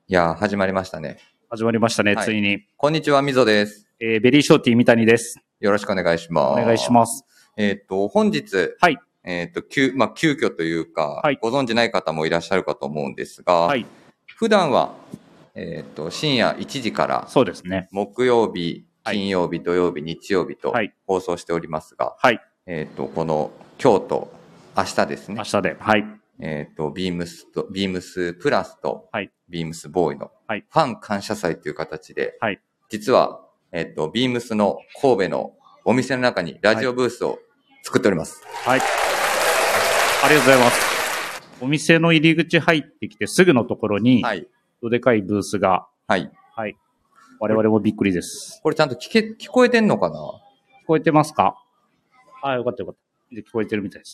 いやー、始まりましたね。 始まりましたね、 はいついに。 こんにちは、みぞです。 ベリーショーティー三谷です。 よろしくお願いします。 お願いします。 本日、 はい。 急遽というか、 はいご存じない方もいらっしゃるかと思うんですが、 はい。 普段は、深夜1時からそうですね。 木曜日、 はい金曜日、土曜日、日曜日とはい放送しておりますが、 はい。 この今日と明日ですね明、日で。はい。 ビームスプラスと、 はい。 ビームスボーイのはいファン感謝祭という形で、 はい。 実は、ビームスの神戸のお店の中にラジオブースを作っております。 はい。ありがとうございます。お店の入り口入ってきてすぐのところに、 はい。 どでかいブースが、 はい。 はい。我々もびっくりです。 これちゃんと聞こえてんのかな？ 聞こえてますか？あ、よかったよかった。で聞こえてるみたいです。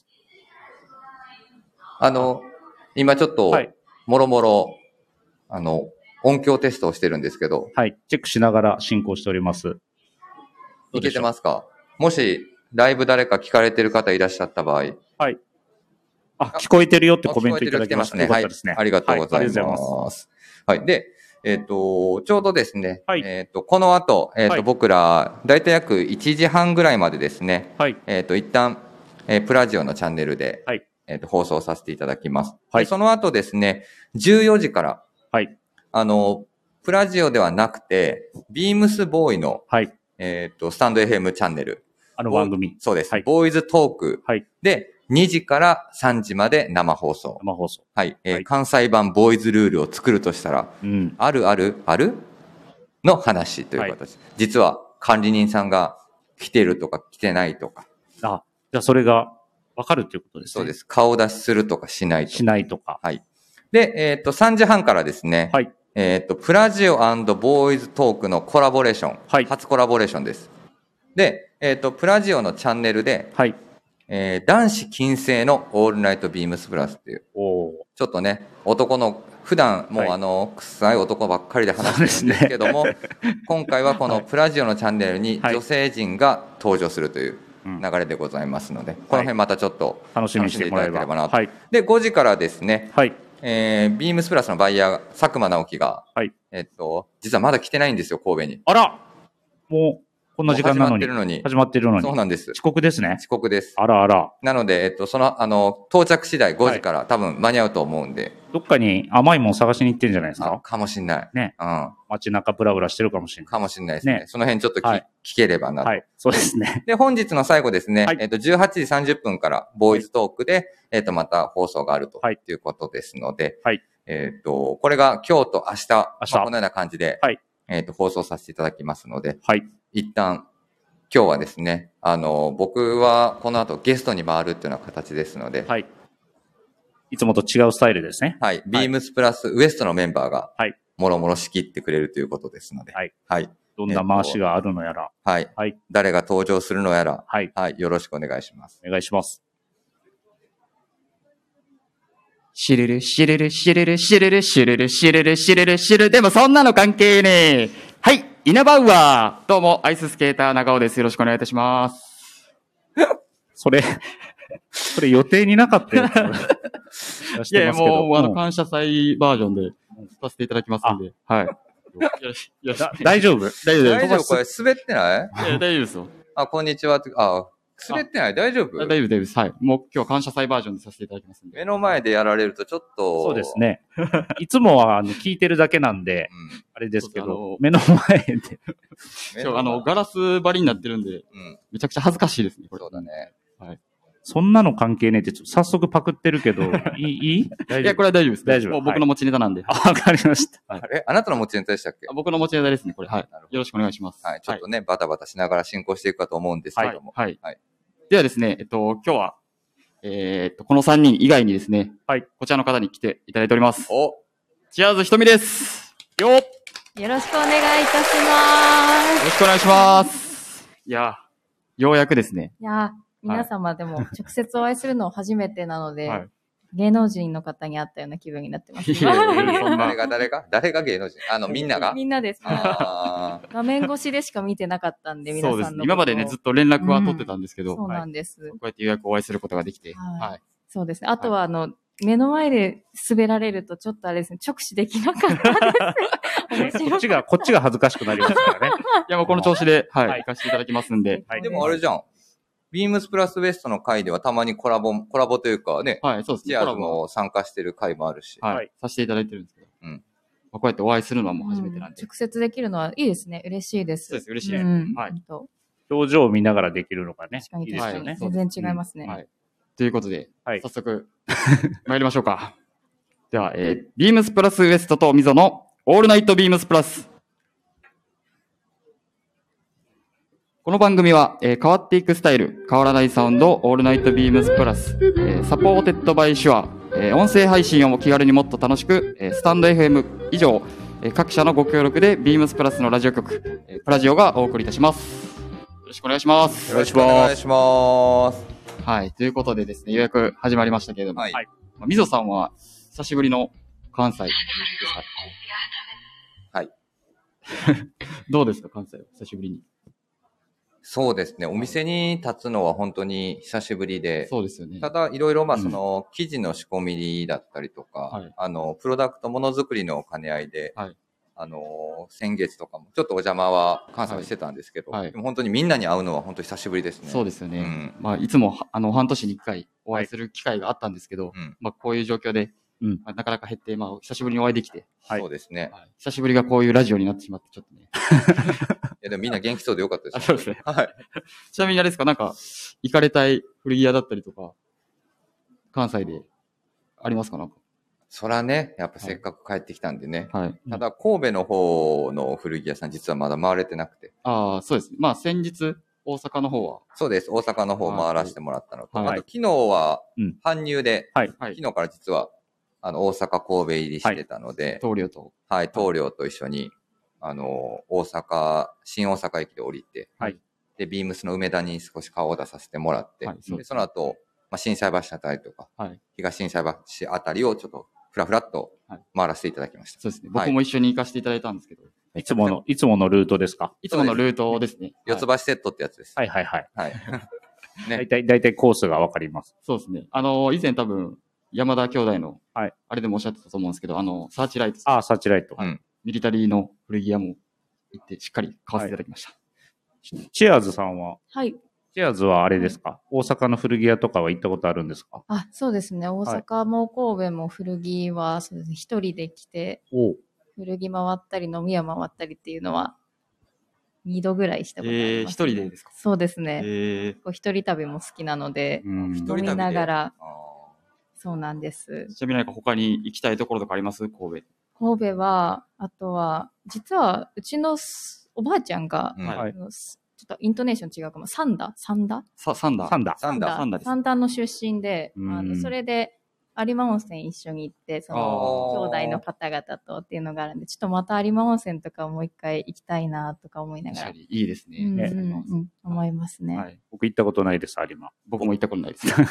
今ちょっとはい、 もろもろ、音響テストをしてるんですけど、 はい。チェックしながら進行しております。 いけてますか？もし、ライブ誰か聞かれてる方いらっしゃった場合。 はい。あ、聞こえてるよってコメントいただきました。 ね。 よかったですね。 はい。ありがとうございます。 はい、ありがとうございます。 はい。で、ちょうどですね、 はい、 この後、 はい、 僕ら、だいたい約1時半ぐらいまでですね、 はい、 一旦、プラジオのチャンネルで、 はい、 放送させていただきます。 はいでその後ですね、14時から、 はい、 プラジオではなくて、ビームスボーイの、 はい、 スタンド FM チャンネル。 番組。 そうです。 はい、 ボーイズトーク。 はい。 で、2時から3時まで生放送。 生放送。 はい。 はい関西版ボーイズルールを作るとしたら、 うん。 あるの話という形。はい、実は管理人さんが来てるとか来てないとか。 あ、じゃあそれがわかるということですね。 そうです。顔出しするとかしないとか。 しないとか。 はい。で、3時半からですね。 はい。 プラジオ&ボーイズトークのコラボレーション。 はい。 初コラボレーションです。で、プラジオのチャンネルで、 はい。 男子禁制のオールナイトビームスプラスっていう。ちょっとね、普段もうはい、 臭い男ばっかりで話してるんですけども、ね、今回はこのプラジオのチャンネルに女性陣が登場するという流れでございますので、この辺またちょっと楽しみにしていただければなと。はい、で、5時からですね、はい、ビームスプラスのバイヤー、佐久間直樹が、はい、実はまだ来てないんですよ、神戸に。 あらもう、こんな時間なのに。 始まってるのに。 そうなんです。遅刻ですね。 遅刻です。 あらあら。 なので、到着次第5時から、多分間に合うと思うんで。 どっかに甘いもん探しに行ってんじゃないですか？ かもしんない。 ね。うん。街中ブラブラしてるかもしれない。 かもしれないですね。その辺ちょっと聞ければなと。はい。 そうですね。 で、本日の最後ですね。はい、18時30分から、ボーイズトークで、また放送があるということですので。はい。これが今日と明日、このような感じで、はい。放送させていただきますので。はい。一旦、今日はですね、僕はこの後ゲストに回るっていうような形ですので、はい。 いつもと違うスタイルですね。 はい。ビームスプラスウエストのメンバーが、はい。もろもろ仕切ってくれるということですので、はい。はい。 どんな回しがあるのやら、 はい。はい。誰が登場するのやら、はい。はい。よろしくお願いします。 お願いします。 シルル、シルル、シルル、シルル、シルル、シルル、シルル、シルル、でもそんなの関係ねえ。はい。イナバウアー。どうも、アイススケーター長尾です。よろしくお願いいたします。 それ予定になかったやつ。 いや、もう、感謝祭バージョンでさせていただきますんで。はい。 大丈夫大丈夫これ滑ってないいや、大丈夫ですよ。 あ、こんにちは。滑ってない大丈夫大丈夫です。はい。もう今日は感謝祭バージョンでさせていただきますんで。 目の前でやられるとちょっと。 そうですね。いつもは聞いてるだけなんで、あれですけど、目の前で。 ガラス張りになってるんで、めちゃくちゃ恥ずかしいですね、これ。 そうだね。 はい。そんなの関係ねえって、早速パクってるけど、いいいや、これは大丈夫です。 大丈夫。 もう僕の持ちネタなんで。 わかりました。 あれあなたの持ちネタでしたっけ？ 僕の持ちネタですね、これ。はい。よろしくお願いします。 はい。ちょっとね、バタバタしながら進行していくかと思うんですけども。 はい。ではですね、今日は、この3人以外にですね、はい。こちらの方に来ていただいております。チアーズひとみです。 よろしくお願いいたします。 よろしくお願いします。いや、ようやくですね。 いや、皆様でも直接お会いするの初めてなので、はい、芸能人の方に会ったような気分になってます。 誰が芸能人？みんなが？ みんなです。画面越しでしか見てなかったんで、皆さんのことを。そうです。 今までね、ずっと連絡は取ってたんですけど、 そうなんです。 こうやってようやくお会いすることができて、 はい。そうですね。あとは、 目の前で滑られるとちょっとあれですね、直視できなかったです。面白い。 こっちが恥ずかしくなりますからね。 いや、もうこの調子で、はい、行かせていただきますんで。 はい。 でもあれじゃん。ビームスプラスウエストの回ではたまにコラボというかね、 はい、そうですね。 チアーズも参加してる回もあるし。 はい、させていただいてるんですけど。 うん。 こうやってお会いするのはもう初めてなんで。 直接できるのはいいですね。嬉しいです。 そうです、嬉しいです。はい。 表情を見ながらできるのがね。 確かにいいですよね。 全然違いますね。 はい。ということで、 はい、 早速、参りましょうか。では、ビームスプラスウエストと溝のオールナイトビームスプラス。この番組は、変わっていくスタイル、変わらないサウンド、オールナイトビームスプラス、サポーテッドバイシュア、音声配信を気軽にもっと楽しく、スタンド FM 以上、各社のご協力でビームスプラスのラジオ局、プラジオがお送りいたします。よろしくお願いします。 よろしくお願いします。 はい。ということでですね、ようやく始まりましたけれども、 はい。 みぞさんは久しぶりの関西ですか？はい。 どうですか、関西は久しぶりに。 そうですね。お店に立つのは本当に久しぶりで。 そうですよね。 ただ、いろいろ、生地の仕込みだったりとか、はい、プロダクトものづくりの兼ね合いで、はい、先月とかも、ちょっとお邪魔は関西はしてたんですけど、はい、でも本当にみんなに会うのは本当に久しぶりですね。 そうですよね。いつも、半年に1回お会いする機会があったんですけど、こういう状況で、なかなか減って、久しぶりにお会いできて。 そうですね、 久しぶりがこういうラジオになってしまって、ちょっとね。 いや、でもみんな元気そうでよかったです。 そうですね。 はい。 ちなみにあれですか、なんか、行かれたい古着屋だったりとか、関西でありますかなんか。 そらね、やっぱせっかく帰ってきたんでね。 はい。 ただ、神戸の方の古着屋さん、実はまだ回れてなくて。 ああ、そうですね。先日、大阪の方は。 そうです。大阪の方回らせてもらったのと、あと昨日は、搬入で、昨日から実は、大阪、神戸入りしてたので、 棟梁と。 はい、棟梁と一緒に、新大阪駅で降りて、で、ビームスの梅田に少し顔を出させてもらって、でその後、心斎橋あたりとか、東心斎橋あたりをちょっとふらふらっと回らせていただきました。 そうですね。僕も一緒に行かせていただいたんですけど。 いつものルートですか？ いつものルートですね。 四つ橋セットってやつです。 はい。 ね。 だいたいコースがわかります。 そうですね。以前多分、山田兄弟の、あれでもおっしゃってたと思うんですけど、サーチライト。 ああ、サーチライト。 ミリタリーの古着屋も行って、しっかり買わせていただきました。 チアーズさんは？ はい。 チアーズはあれですか？大阪の古着屋とかは行ったことあるんですか？ あ、そうですね。大阪も神戸も古着は、そうですね。一人で来て、古着回ったり飲み屋回ったりっていうのは、2度ぐらいしたことあります、 一人でですか？ そうですね。一人旅も好きなので、飲みながら、そうなんです。 ちなみに他に行きたいところとかあります？神戸。 神戸は、あとは、実は、うちのおばあちゃんが、ちょっとイントネーション違うかも。三田の出身で、それで、有馬温泉一緒に行って、その、兄弟の方々とっていうのがあるんで、ちょっとまた有馬温泉とかもう一回行きたいなとか思いながら。 いいですね。 思いますね。 僕行ったことないです、有馬。 僕も行ったことないです。 行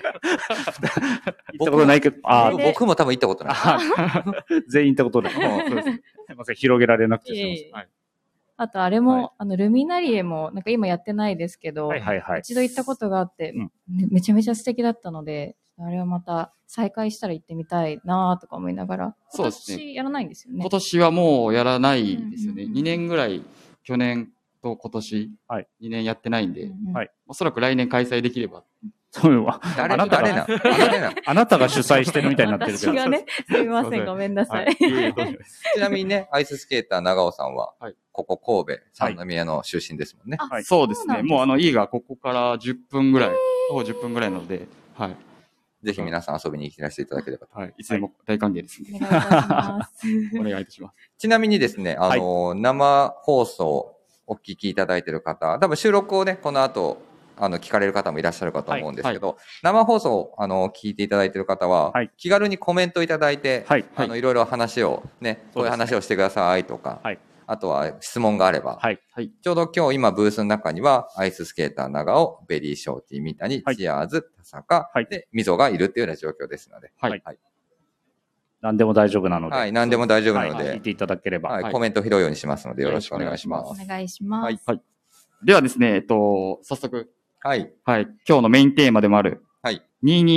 ったことないけど、 僕も多分行ったことない。 全員行ったことない。すいません、広げられなくてすいません。 あとあれも、ルミナリエも、なんか今やってないですけど、一度行ったことがあって、めちゃめちゃ素敵だったので、あれはまた再開したら行ってみたいなとか思いながら、今年やらないんですよね。 今年はもうやらないですよね。2年ぐらい、去年と今年、2年やってないんで、おそらく来年開催できれば。 そうは。 誰なあなたが主催してるみたいになってるけど。 私がね、すみません、ごめんなさい。 ちなみにね、アイススケーター長尾さんは、ここ神戸、三宮の出身ですもんね。 そうですね。もう家がここから10分ぐらい、徒歩10分ぐらいなので、 ぜひ皆さん遊びに来てらしていただければと。 いつでも大歓迎ですね。 お願いいたします。 お願いいたします。 ちなみにですね、生放送お聞きいただいている方、多分収録をね、この後、聞かれる方もいらっしゃるかと思うんですけど、生放送聞いていただいている方は、気軽にコメントいただいて、いろいろ話をね、こういう話をしてくださいとか、あとは質問があれば、ちょうど今日今ブースの中には、アイススケーター長尾、ベリーショーティー三谷、チアーズ、田坂、で、溝がいるっていうような状況ですので、 何でも大丈夫なので。 何でも大丈夫なので、 聞いていただければ。 コメント拾うようにしますので、よろしくお願いします。 お願いします。 ではですね、早速、 今日のメインテーマでもある、 はい。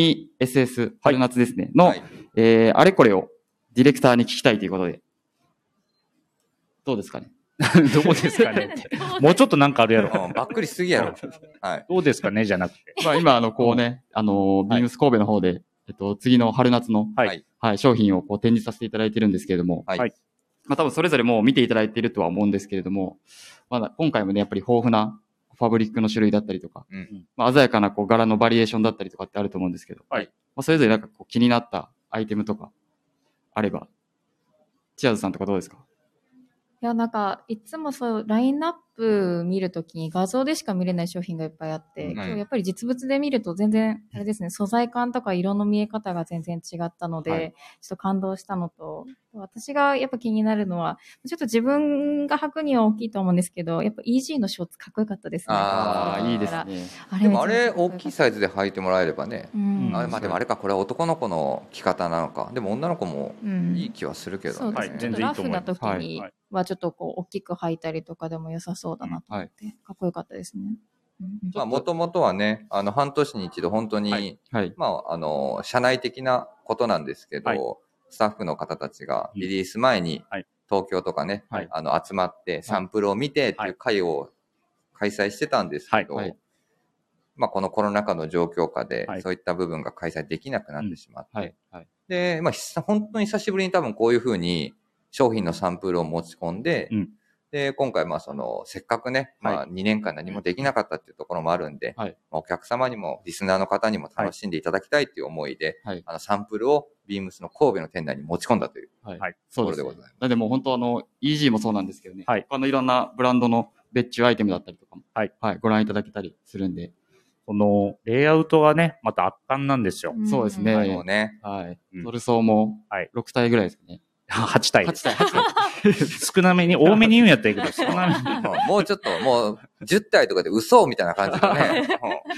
22SS 春夏ですね。の、あれこれをディレクターに聞きたいということで。どうですかね。 どうですかねって。もうちょっとなんかあるやろ。 ばっくりしすぎやろ。はい。 どうですかねじゃなくて。 まあ今、こうね、ビームス神戸の方で、次の春夏の、商品をこう展示させていただいてるんですけれども、まあ多分それぞれもう見ていただいているとは思うんですけれども、まだ今回もね、やっぱり豊富なファブリックの種類だったりとか、まあ鮮やかなこう柄のバリエーションだったりとかってあると思うんですけど、まあそれぞれなんかこう気になったアイテムとかあれば、チアーズさんとかどうですか？ いや、なんか、いつもそう、ラインナップ見るときに画像でしか見れない商品がいっぱいあって、今日やっぱり実物で見ると全然、あれですね、素材感とか色の見え方が全然違ったので、ちょっと感動したのと、私がやっぱ気になるのは、ちょっと自分が履くには大きいと思うんですけど、やっぱ EG のショーツかっこよかったですね。 ああ、いいですね。 でもあれ、大きいサイズで履いてもらえればね。まあでもあれか、これは男の子の着方なのか。でも女の子もいい気はするけどね。 ちょっとラフな時にはちょっとこう大きく履いたりとかでも良さそうだなと思って、かっこよかったですね。 まあもともとはね、半年に一度本当に、まあ社内的なことなんですけど、スタッフの方たちがリリース前に東京とかね、集まってサンプルを見てっていう会を開催してたんですけど、まあこのコロナ禍の状況下でそういった部分が開催できなくなってしまって、で、まあ本当に久しぶりに多分こういうふうに商品のサンプルを持ち込んで、で、今回まあせっかくね、まあ2年間何もできなかったっていうところもあるんで、お客様にもリスナーの方にも楽しんでいただきたいっていう思いで、サンプルをビームスの神戸の店内に持ち込んだというところでございます。 なのでもう本当EG もそうなんですけどね、他のいろんなブランドの別注アイテムだったりとかも、ご覧いただけたりするんで、 このレイアウトがね、また圧巻なんですよ。 そうですね。トルソーも6体ぐらいですかね。 8体。 8体。 少なめに、多めに言うんやったらいいけど、少なめに。 もうちょっと、もう10体とかで嘘みたいな感じでね。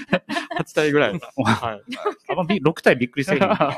8体ぐらい。 6体びっくりせえへん。 か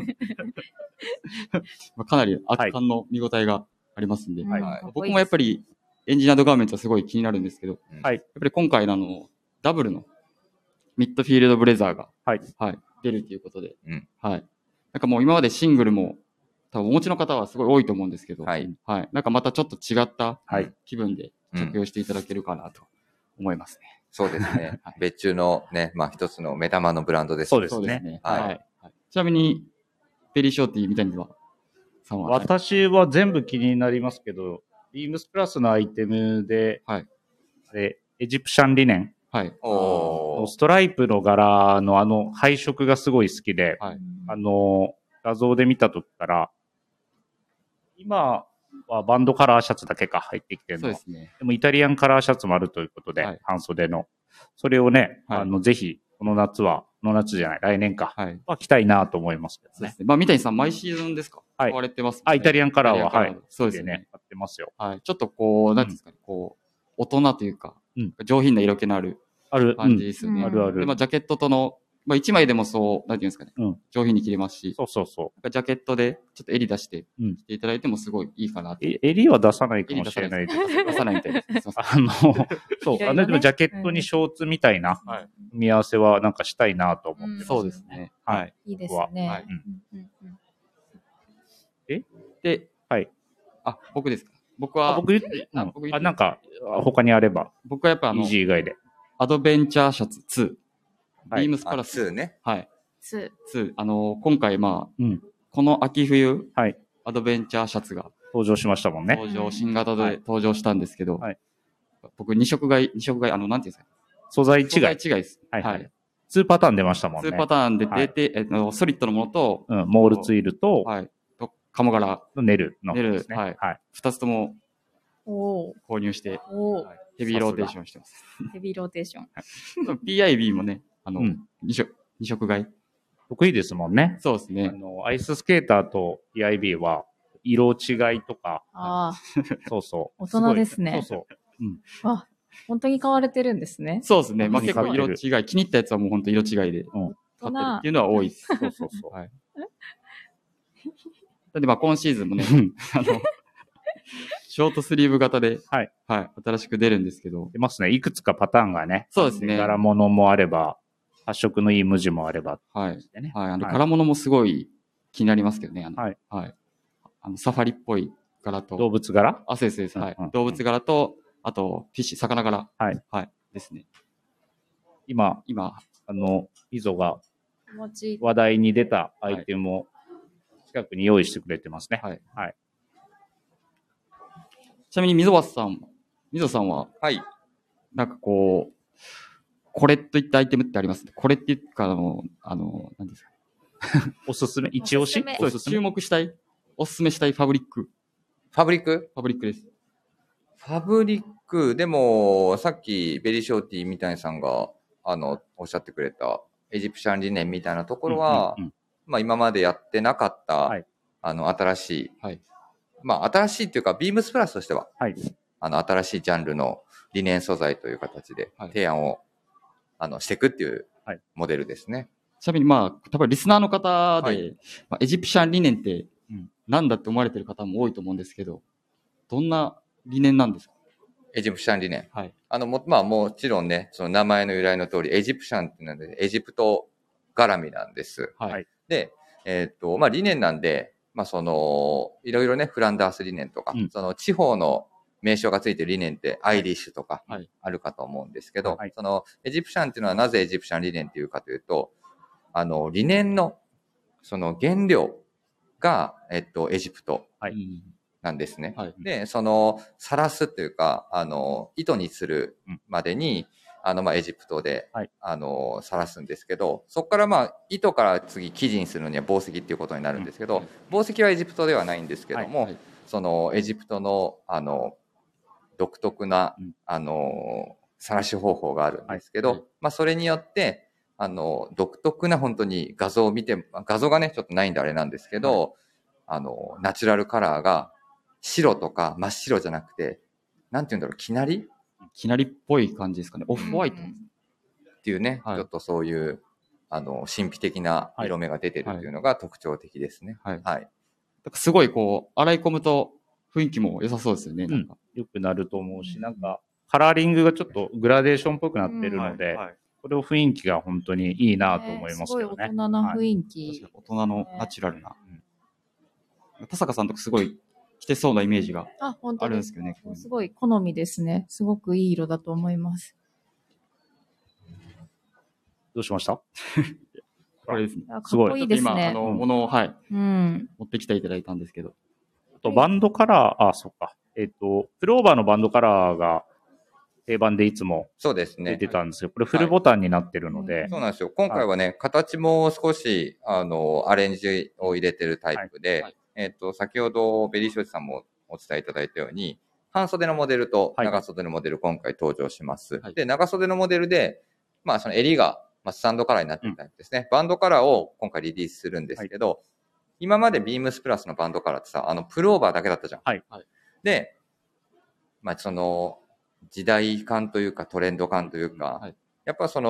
なり圧巻の見応えがありますんで。僕もやっぱりエンジニアードガーメントはすごい気になるんですけど、やっぱり今回のダブルのミッドフィールドブレザーが、出るということで、なんかもう今までシングルも多分お持ちの方はすごい多いと思うんですけど、なんかまたちょっと違った気分で着用していただけるかなと思いますね。 そうですね。別注のね、まあ一つの目玉のブランドです。 そうですね。 ちなみに、ペリーショーティーみたいには、 私は全部気になりますけど、ビームスプラスのアイテムで、エジプシャンリネン。ストライプの柄の配色がすごい好きで、画像で見たときから、今はバンドカラーシャツだけか入ってきてるの。 そうですね。 でもイタリアンカラーシャツもあるということで、半袖の。それをね、ぜひ、この夏じゃない、来年か。は着たいなと思いますけどね。 そうですね。まあ、三谷さん、毎シーズンですか？買われてますイタリアンカラーは、 そうですね。 買ってますよ。 ちょっとこう、なんですかね、こう、大人というか、上品な色気のある感じですよね。 あるある。 で、まあ、ジャケットとの、まあ、1枚でもそう、なんていうんですかね。上品に着れますし。 そう。 ジャケットで、ちょっと襟出して、着ていただいてもすごいいいかなと。 襟は出さないかもしれないです。 出さないみたいです。 そう。でもジャケットにショーツみたいな組み合わせはなんかしたいなと思って。 そうですね。 いいですね。 で、僕ですか？僕は、 なんか、他にあれば。 僕はやっぱ EG 以外で。 アドベンチャーシャツ2。ビームスプラス。 2ね。 2。今回この秋冬、アドベンチャーシャツが登場しましたもんね。 新型で登場したんですけど、僕2色買い、なんていうんですか？ 素材違いです。 2パターン出ましたもんね。 2パターンで出て、ソリッドのものと、 モールツイルと、 鴨柄のネルのですね。 2つとも購入して、ヘビーローテーションしてます。 ヘビーローテーション。 PIB もね、2色買い。 得意ですもんね。 そうですね。 アイススケーターと PIB は、色違いとか。そう。 大人ですね。 そう。 本当に買われてるんですね。 そうですね。まあ結構色違い、気に入ったやつはもう本当色違いで買ってるっていうのは多いです。 そう。 で、まあ今シーズンもね、ショートスリーブ型で、新しく出るんですけど。 出ますね。いくつかパターンがね。 そうですね。 柄物もあれば、 発色のいい無地もあれば、 はい。はい。柄物もすごい気になりますけどね。はい。はい。サファリっぽい柄と。 動物柄？ そうです。はい。動物柄と、あと、フィッシュ、魚柄。はい。はい。ですね。 今、イゾが話題に出たアイテムを近くに用意してくれてますね。はい。はい。 ちなみに、溝さんは、はい。なんかこう、これといったアイテムってあります？これっていうか、何ですかおすすめ一押しそうです。注目したいおすすめしたいファブリック。 ファブリックです。 ファブリック、でも、さっきベリーショーティーみたいさんが、おっしゃってくれたエジプシャンリネンみたいなところは、まあ今までやってなかった、はい、新しい、はい、まあ新しいっていうか、ビームスプラスとしては、はい、新しいジャンルのリネン素材という形で提案を、していくっていうモデルですね。 ちなみにまあ、多分リスナーの方で、はい、まあ、エジプシャンリネンって何だって思われてる方も多いと思うんですけど、どんな理念なんですか？ エジプシャン理念。はい。まあもちろんね、その名前の由来の通り、エジプシャンっていうので、エジプト絡みなんです。はい。で、まあ理念なんで、まあいろいろね、フランダース理念とか、その地方の名称がついてる理念ってアイリッシュとかあるかと思うんですけど、はい、そのエジプシャンっていうのはなぜエジプシャン理念っていうかというと、理念のその原料が、エジプト。はいなんですね。はい、で、晒すっていうか、糸にするまでに、まあ、エジプトで、はい、晒すんですけど、そこからまあ、糸から次生地にするには紡績っていうことになるんですけど、紡績はエジプトではないんですけども、はい、エジプトの、独特な、晒し方法があるんですけど、はいはい、まあ、それによって、独特な本当に画像を見て、画像がね、ちょっとないんであれなんですけど、はい、ナチュラルカラーが、白とか真っ白じゃなくて、なんて言うんだろう、きなりっぽい感じですかね。オフホワイト、 っていうね、はい、ちょっとそういう、神秘的な色目が出てるっていうのが特徴的ですね。はい。はい。 すごいこう、洗い込むと雰囲気も良さそうですよね。なんか良くなると思うし、なんか、カラーリングがちょっとグラデーションっぽくなってるので、これを雰囲気が本当にいいなと思いますよね。すごい大人な雰囲気。 大人のナチュラルな。田坂さんとかすごい、着てそうなイメージがあるんですけどね。 すごい好みですね。すごくいい色だと思います。 どうしました？ これですね。 かっこいいですね。 今、物を、はい、持ってきていただいたんですけど。 あと、バンドカラー、そっか。クローバーのバンドカラーが定番でいつも出てたんですよ。これフルボタンになってるので。 そうなんですよ。今回はね、形も少し、アレンジを入れてるタイプで、先ほどベリーショーチさんもお伝えいただいたように、半袖のモデルと長袖のモデル、今回登場します。はい、で、長袖のモデルで、まあ、その襟が、まあ、スタンドカラーになっていたりですね、バンドカラーを今回リリースするんですけど、今までビームスプラスのバンドカラーってさ、プルオーバーだけだったじゃん。はい。で、まあ、時代感というかトレンド感というか、やっぱステイ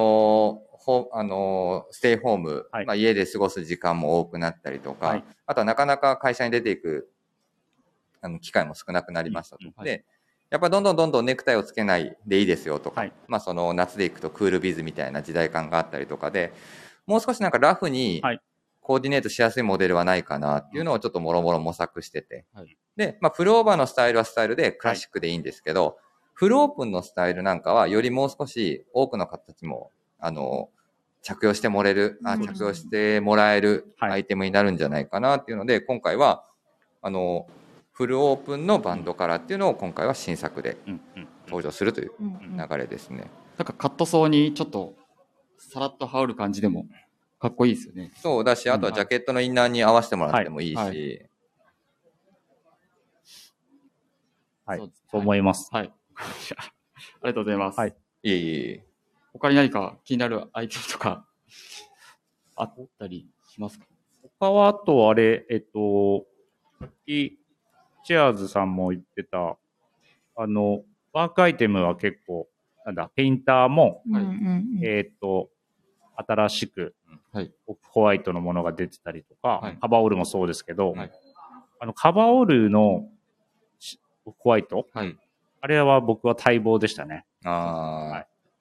ホーム、まあ、家で過ごす時間も多くなったりとか、あとはなかなか会社に出ていく機会も少なくなりましたと。で、やっぱどんどんネクタイをつけないでいいですよとか、まあ夏で行くとクールビズみたいな時代感があったりとかで、もう少しなんかラフにコーディネートしやすいモデルはないかなっていうのをちょっともろもろ模索してて。で、まあフルオーバーのスタイルはスタイルでクラシックでいいんですけど、フルオープンのスタイルなんかはよりもう少し多くの方たちも、着用してもらえるアイテムになるんじゃないかなっていうので、今回は、フルオープンのバンドカラーっていうのを今回は新作で登場するという流れですね。 なんかカットソーにちょっとさらっと羽織る感じでもかっこいいですよね。 そうだし、あとはジャケットのインナーに合わせてもらってもいいし。 はい、そう思います。 はい。ありがとうございます。はい。 いえいえ。 他に何か気になるアイテムとかあったりしますか？ 他はあとあれ、さっきチェアーズさんも言ってた、ワークアイテムは結構、ペインターも、新しく、オフホワイトのものが出てたりとか、カバーオールもそうですけど、カバーオールのオフホワイト、あれは僕は待望でしたね。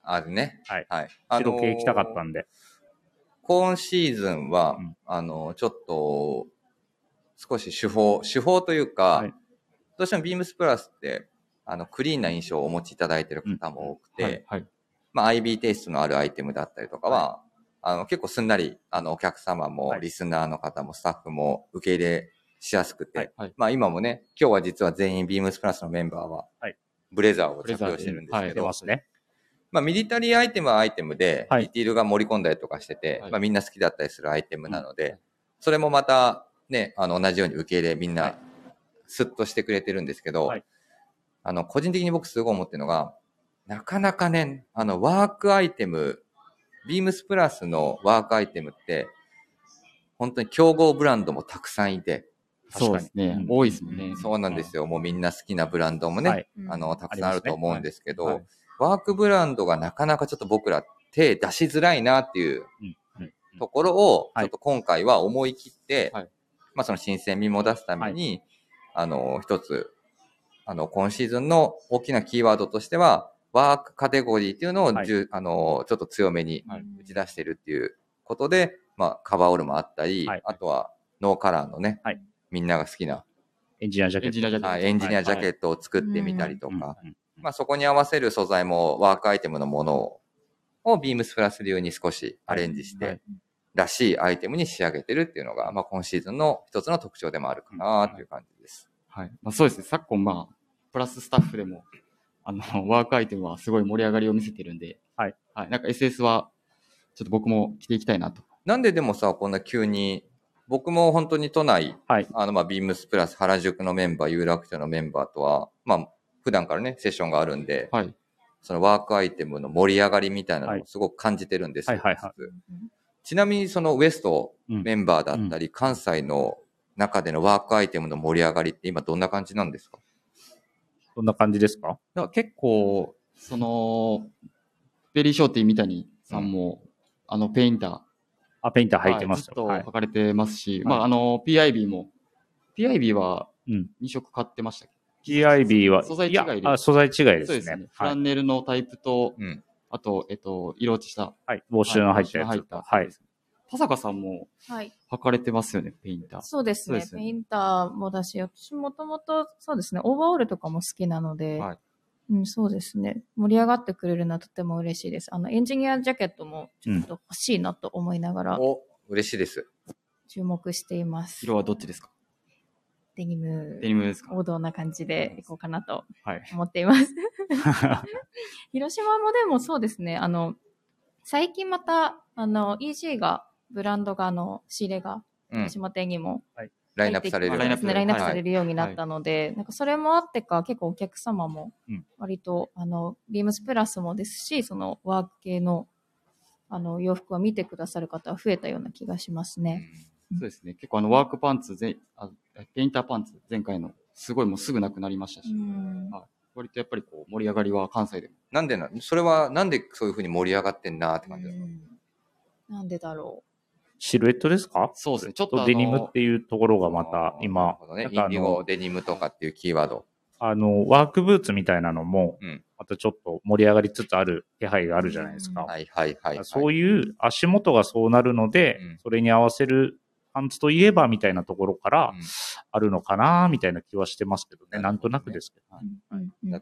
あるね。 はい。白系行きたかったんで。 今シーズンは、ちょっと、少し手法というか、どうしてもビームスプラスって、クリーンな印象をお持ちいただいている方も多くて、IB テイストのあるアイテムだったりとかは、結構すんなり、お客様も、リスナーの方も、スタッフも受け入れしやすくて、今もね、今日は実は全員ビームスプラスのメンバーは、ブレザーを着用してるんですけど、ミリタリーアイテムはアイテムで、ディティールが盛り込んだりとかしてて、みんな好きだったりするアイテムなので、それもまた、ね、同じように受け入れ、みんな、スッとしてくれてるんですけど、個人的に僕すごい思ってるのが、なかなかね、ワークアイテム、ビームスプラスのワークアイテムって、本当に競合ブランドもたくさんいて、 そうですね。多いですもんね。 そうなんですよ。もうみんな好きなブランドもね、たくさんあると思うんですけど、ワークブランドがなかなかちょっと僕ら手出しづらいなっていうところを、ちょっと今回は思い切って、その新鮮味も出すために、一つ、今シーズンの大きなキーワードとしては、ワークカテゴリーっていうのを、ちょっと強めに打ち出しているっていうことで、カバーオールもあったり、あとはノーカラーのね、みんなが好きなエンジニアジャケット。 エンジニアジャケットを作ってみたりとか、そこに合わせる素材もワークアイテムのものをビームスプラス流に少しアレンジして、らしいアイテムに仕上げてるっていうのが、今シーズンの一つの特徴でもあるかなっていう感じです。 はい。そうですね。昨今、プラススタッフでも、ワークアイテムはすごい盛り上がりを見せてるんで、なんか SS は、ちょっと僕も着ていきたいなと。 なんででもさ、こんな急に、僕も本当に都内、ビームスプラス原宿のメンバー、有楽町のメンバーとは、普段からね、セッションがあるんで、そのワークアイテムの盛り上がりみたいなのをすごく感じてるんですよ。ちなみにそのウエストメンバーだったり、関西の中でのワークアイテムの盛り上がりって今どんな感じなんですか？ どんな感じですか？ 結構、ベリーショーティー三谷さんも、ペインター。 ペインター履いてますよ。 ずっと書かれてますし、PIB も、PIB は2色買ってましたっけ？ PIB は、 素材違いで。 素材違いですね。 そうですね。フランネルのタイプと、あと、色落ちした。 ウォッシュの入ったやつ。 田坂さんも、履かれてますよね、ペインター。 そうですね。ペインターもだし、私もともと、そうですね、オーバーオールとかも好きなので、そうですね。盛り上がってくれるのはとても嬉しいです。エンジニアジャケットもちょっと欲しいなと思いながら、 嬉しいです。 注目しています。 色はどっちですか？ デニムですか？ 王道な感じでいこうかなと思っています。広島もでもそうですね。最近また、EG が、ブランドが仕入れが、広島店にも、 ラインナップされる。 ラインナップされるようになったので、なんかそれもあってか、結構お客様も、割と、ビームスプラスもですし、そのワーク系の、洋服を見てくださる方は増えたような気がしますね。 そうですね。結構ワークパンツ、ペインターパンツ、前回の、すごいもうすぐなくなりましたし、割とやっぱりこう盛り上がりは関西でも。 それはなんでそういう風に盛り上がってんなって感じですか？ なんでだろう。 シルエットですか？ そうですね。ちょっとデニムっていうところがまた今、 インディゴ、デニムとかっていうキーワード。 ワークブーツみたいなのも、またちょっと盛り上がりつつある気配があるじゃないですか。そういう足元がそうなるので、それに合わせるパンツといえばみたいなところからあるのかなみたいな気はしてますけどね。なんとなくですけど。 だって、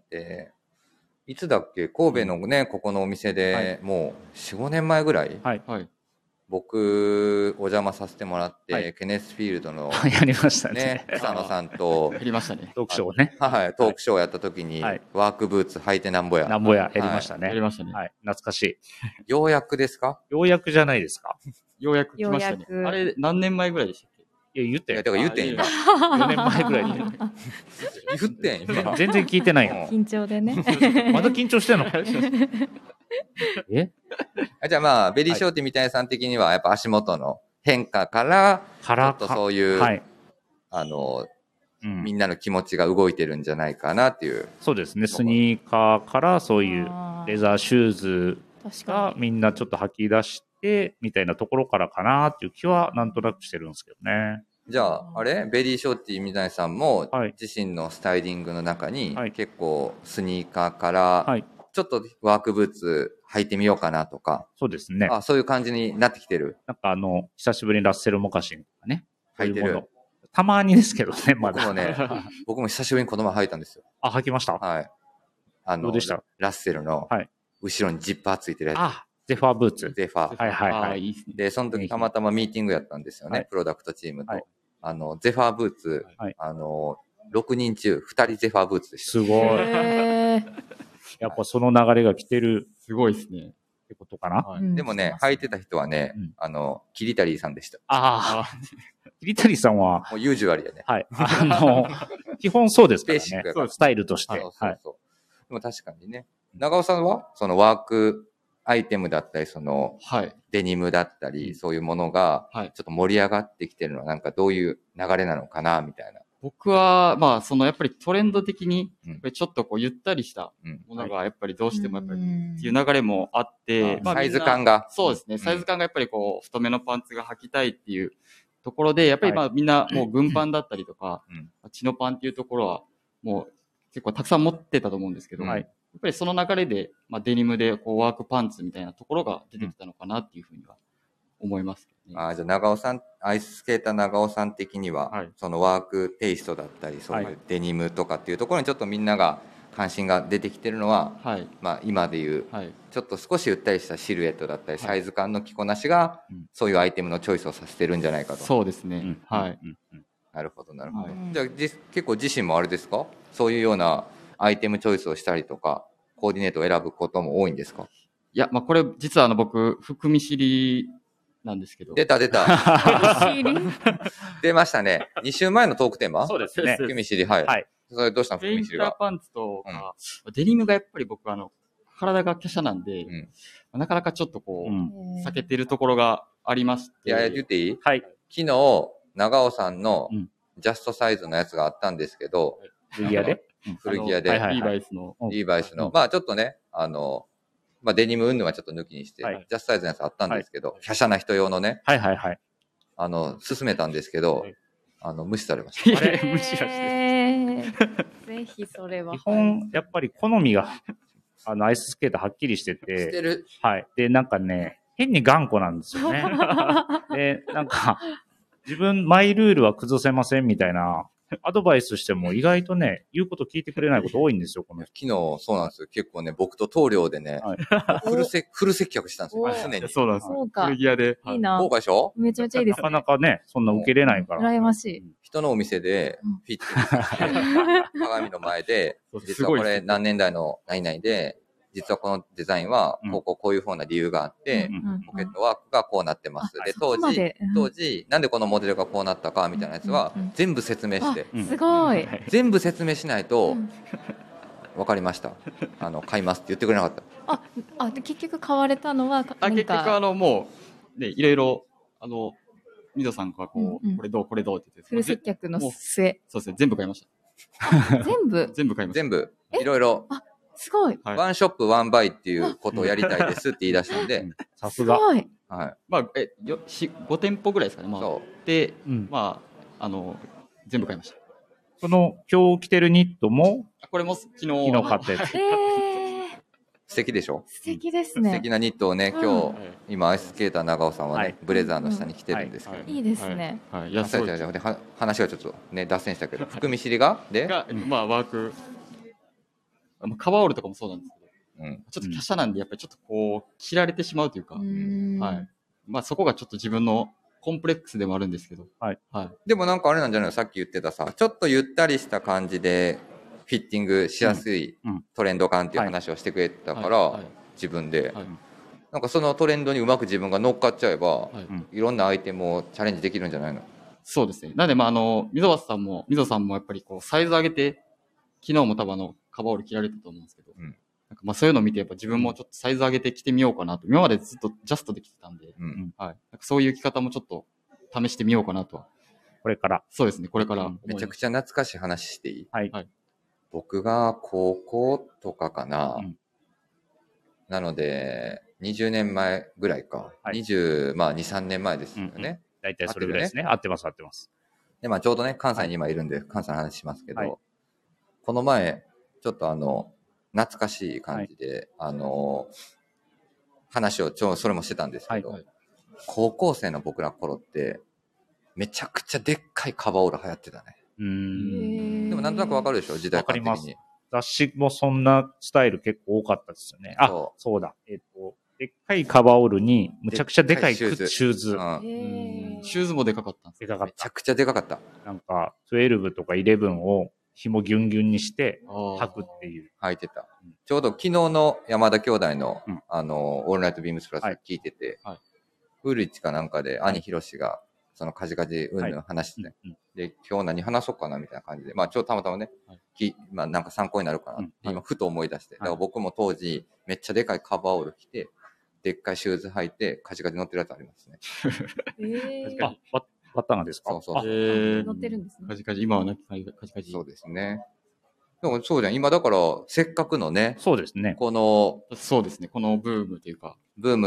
いつだっけ、神戸のね、ここのお店でもう4、5年前ぐらい、僕、お邪魔させてもらって、ケネスフィールドの、 やりましたね。 草野さんと、 やりましたね。 トークショーをね。 トークショーをやった時に、ワークブーツ履いてなんぼや。 なんぼや、やりましたね。 やりましたね。 懐かしい。 ようやくですか？ ようやくじゃないですか？ ようやく来ましたね。あれ、何年前ぐらいでしたっけ？ いや、言ってん。 だから言ってん、今。 4年前ぐらいに。 言ってん、今。 全然聞いてないよ。 緊張でね。 まだ緊張してんの？ じゃあベリーショーティーみたいなさん的には、やっぱ足元の変化から、ちょっとそういう、みんなの気持ちが動いてるんじゃないかなっていう。 そうですね。スニーカーからそういうレザーシューズがみんなちょっと吐き出して、みたいなところからかなっていう気はなんとなくしてるんですけどね。 じゃあ、ベリーショーティーみたいさんも、自身のスタイリングの中に、結構スニーカーから、 ちょっとワークブーツ履いてみようかなとか。 そうですね。 そういう感じになってきてる。 なんか久しぶりにラッセルモカシンとかね。 履いてる。 たまにですけどね、まだ。 僕も久しぶりにこの前履いたんですよ。 履きました？ はい。 どうでした？ ラッセルの、後ろにジッパーついてるやつ。 ゼファーブーツ。 ゼファー。 はい。 で、その時たまたまミーティングやったんですよね、プロダクトチームと。ゼファーブーツ、6人中2人ゼファーブーツでした。 すごい。やっぱその流れが来てる。 すごいですね。 ってことかな。 でもね、履いてた人はね、キリタリーさんでした。 キリタリーさんは。 もうユージュアリーやね。 はい。基本そうですからね。 ベーシックやから。 スタイルとして。 そう。でも確かにね。長尾さんは、そのワークアイテムだったり、デニムだったり、そういうものが、ちょっと盛り上がってきてるのは、なんかどういう流れなのかな、みたいな。 僕は、やっぱりトレンド的に、ちょっとゆったりしたものが、やっぱりどうしてもやっぱりっていう流れもあって、 サイズ感が。 そうですね。サイズ感がやっぱり太めのパンツが履きたいっていうところで、やっぱりみんなもう軍パンだったりとか、チノパンっていうところは、もう結構たくさん持ってたと思うんですけど、やっぱりその流れで、デニムでワークパンツみたいなところが出てきたのかなっていうふうには思います、 ね。じゃあ長尾さん、アイススケーター長尾さん的には、そのワークテイストだったり、そういうデニムとかっていうところにちょっとみんなが関心が出てきてるのは、今でいう、ちょっと少しゆったりしたシルエットだったり、サイズ感の着こなしが、そういうアイテムのチョイスをさせてるんじゃないかと。 そうですね。はい。 なるほど、なるほど。じゃあ結構自身もあれですか？そういうようなアイテムチョイスをしたりとか、コーディネートを選ぶことも多いんですか？ いや、これ実は僕、含み知りなんですけど。 出た。出ましたね。2週前のトークテーマ？ そうですね。 含み知り、はい。それどうしたの？含み知りが。 ウィンターパンツとか、デニムがやっぱり僕体が華奢なんで、なかなかちょっと避けてるところがありまして。 いや、言っていい？ はい。 昨日、長尾さんのジャストサイズのやつがあったんですけど、 古着屋で古着屋で。 リーバイスの。 リーバイスの。ちょっとね、デニム云々はちょっと抜きにして、ジャストサイズのやつあったんですけど、華奢な人用のね。勧めたんですけど、無視されました。 無視はして。 ぜひそれは。 基本、やっぱり好みが、アイススケートはっきりしてて。 してる。 はい。で、なんかね、変に頑固なんですよね。で、なんか、自分、マイルールは崩せませんみたいな、アドバイスしても意外とね、言うこと聞いてくれないこと多いんですよ、この人。 昨日、そうなんですよ。結構ね、僕と棟梁でね、フル接客したんですよ、常に。 そうなんですよ。古着屋で。 いいな。 豪華でしょ？ めちゃめちゃいいですね。 なかなかね、そんな受けれないから。 羨ましい。 人のお店で、フィットして鏡の前で、実はこれ何年代の何々で、実はこのデザインは、こういうふうな理由があって、ポケットワークがこうなってます。で、当時、なんでこのモデルがこうなったかみたいなやつは、全部説明して。 すごい。 全部説明しないと、わかりました。買いますって言ってくれなかった。で、結局買われたのは結局もう、ね、いろいろ、みどさんがこれどうって言って。 フル接客の末。 そうですね、全部買いました。全部買いました。 全部。いろいろ。 すごい。 ワンショップワンバイっていうことをやりたいですって言い出したんで。 さすが。 すごい。 はい。 5店舗ぐらいですかね。で、全部買いました。 この今日着てるニットもこれも昨日買ったやつ。 素敵でしょ？ 素敵ですね。 素敵なニットをね、今日、今アイススケーター長尾さんはね、ブレザーの下に着てるんですけど。 いいですね。 話がちょっとね、脱線したけど、含み知りがワーク。カバーオールとかもそうなんですけど、ちょっと華奢なんで、やっぱりちょっと着られてしまうというか、そこがちょっと自分のコンプレックスでもあるんですけど。 でもなんかあれなんじゃないの？さっき言ってたさ、ちょっとゆったりした感じで、フィッティングしやすいトレンド感っていう話をしてくれたから、自分で。なんかそのトレンドにうまく自分が乗っかっちゃえば、いろんなアイテムをチャレンジできるんじゃないの？ そうですね。なんで、溝さんもやっぱりサイズ上げて、昨日も多分カバーオール着られたと思うんですけど、なんかそういうのを見て、やっぱ自分もちょっとサイズ上げて着てみようかなと。今までずっとジャストで着てたんで、なんかそういう着方もちょっと試してみようかなとは。 これから。 そうですね、これから。 めちゃくちゃ懐かしい話していい？ はい。 僕が高校とかかな。なので、20年前ぐらいか。2、3年前ですよね。 大体それぐらいですね。合ってます。 で、ちょうどね、関西に今いるんで、関西の話しますけど、この前、ちょっと懐かしい感じで、話をそれもしてたんですけど、高校生の僕ら頃って、めちゃくちゃでっかいカバーオール流行ってたね。でもなんとなくわかるでしょ、時代感的に。わかります。 雑誌もそんなスタイル結構多かったですよね。そうだ。でっかいカバーオールに、むちゃくちゃでかいシューズ。 シューズもでかかったんですか？ めちゃくちゃでかかった。 なんか、12とか11を紐ギュンギュンにして履くっていう。 履いてた。ちょうど昨日の山田兄弟の、オールナイトビームスプラス聞いてて、ウルイチかなんかで兄ひろしが、そのカジカジうんぬん話して、で、今日何話そうかなみたいな感じで、まあちょっとたまたまね、まあなんか参考になるかなって今ふと思い出して、だから僕も当時めっちゃでかいカバーオール着て、でっかいシューズ履いてカジカジ乗ってるやつありますね。 バッタンがですか？ そうそう。 乗ってるんですね。 カジカジ、今はなきカジカジ。 そうですね。でもそうじゃん。今だから、せっかくのね。 そうですね。 そうですね。このブームというか。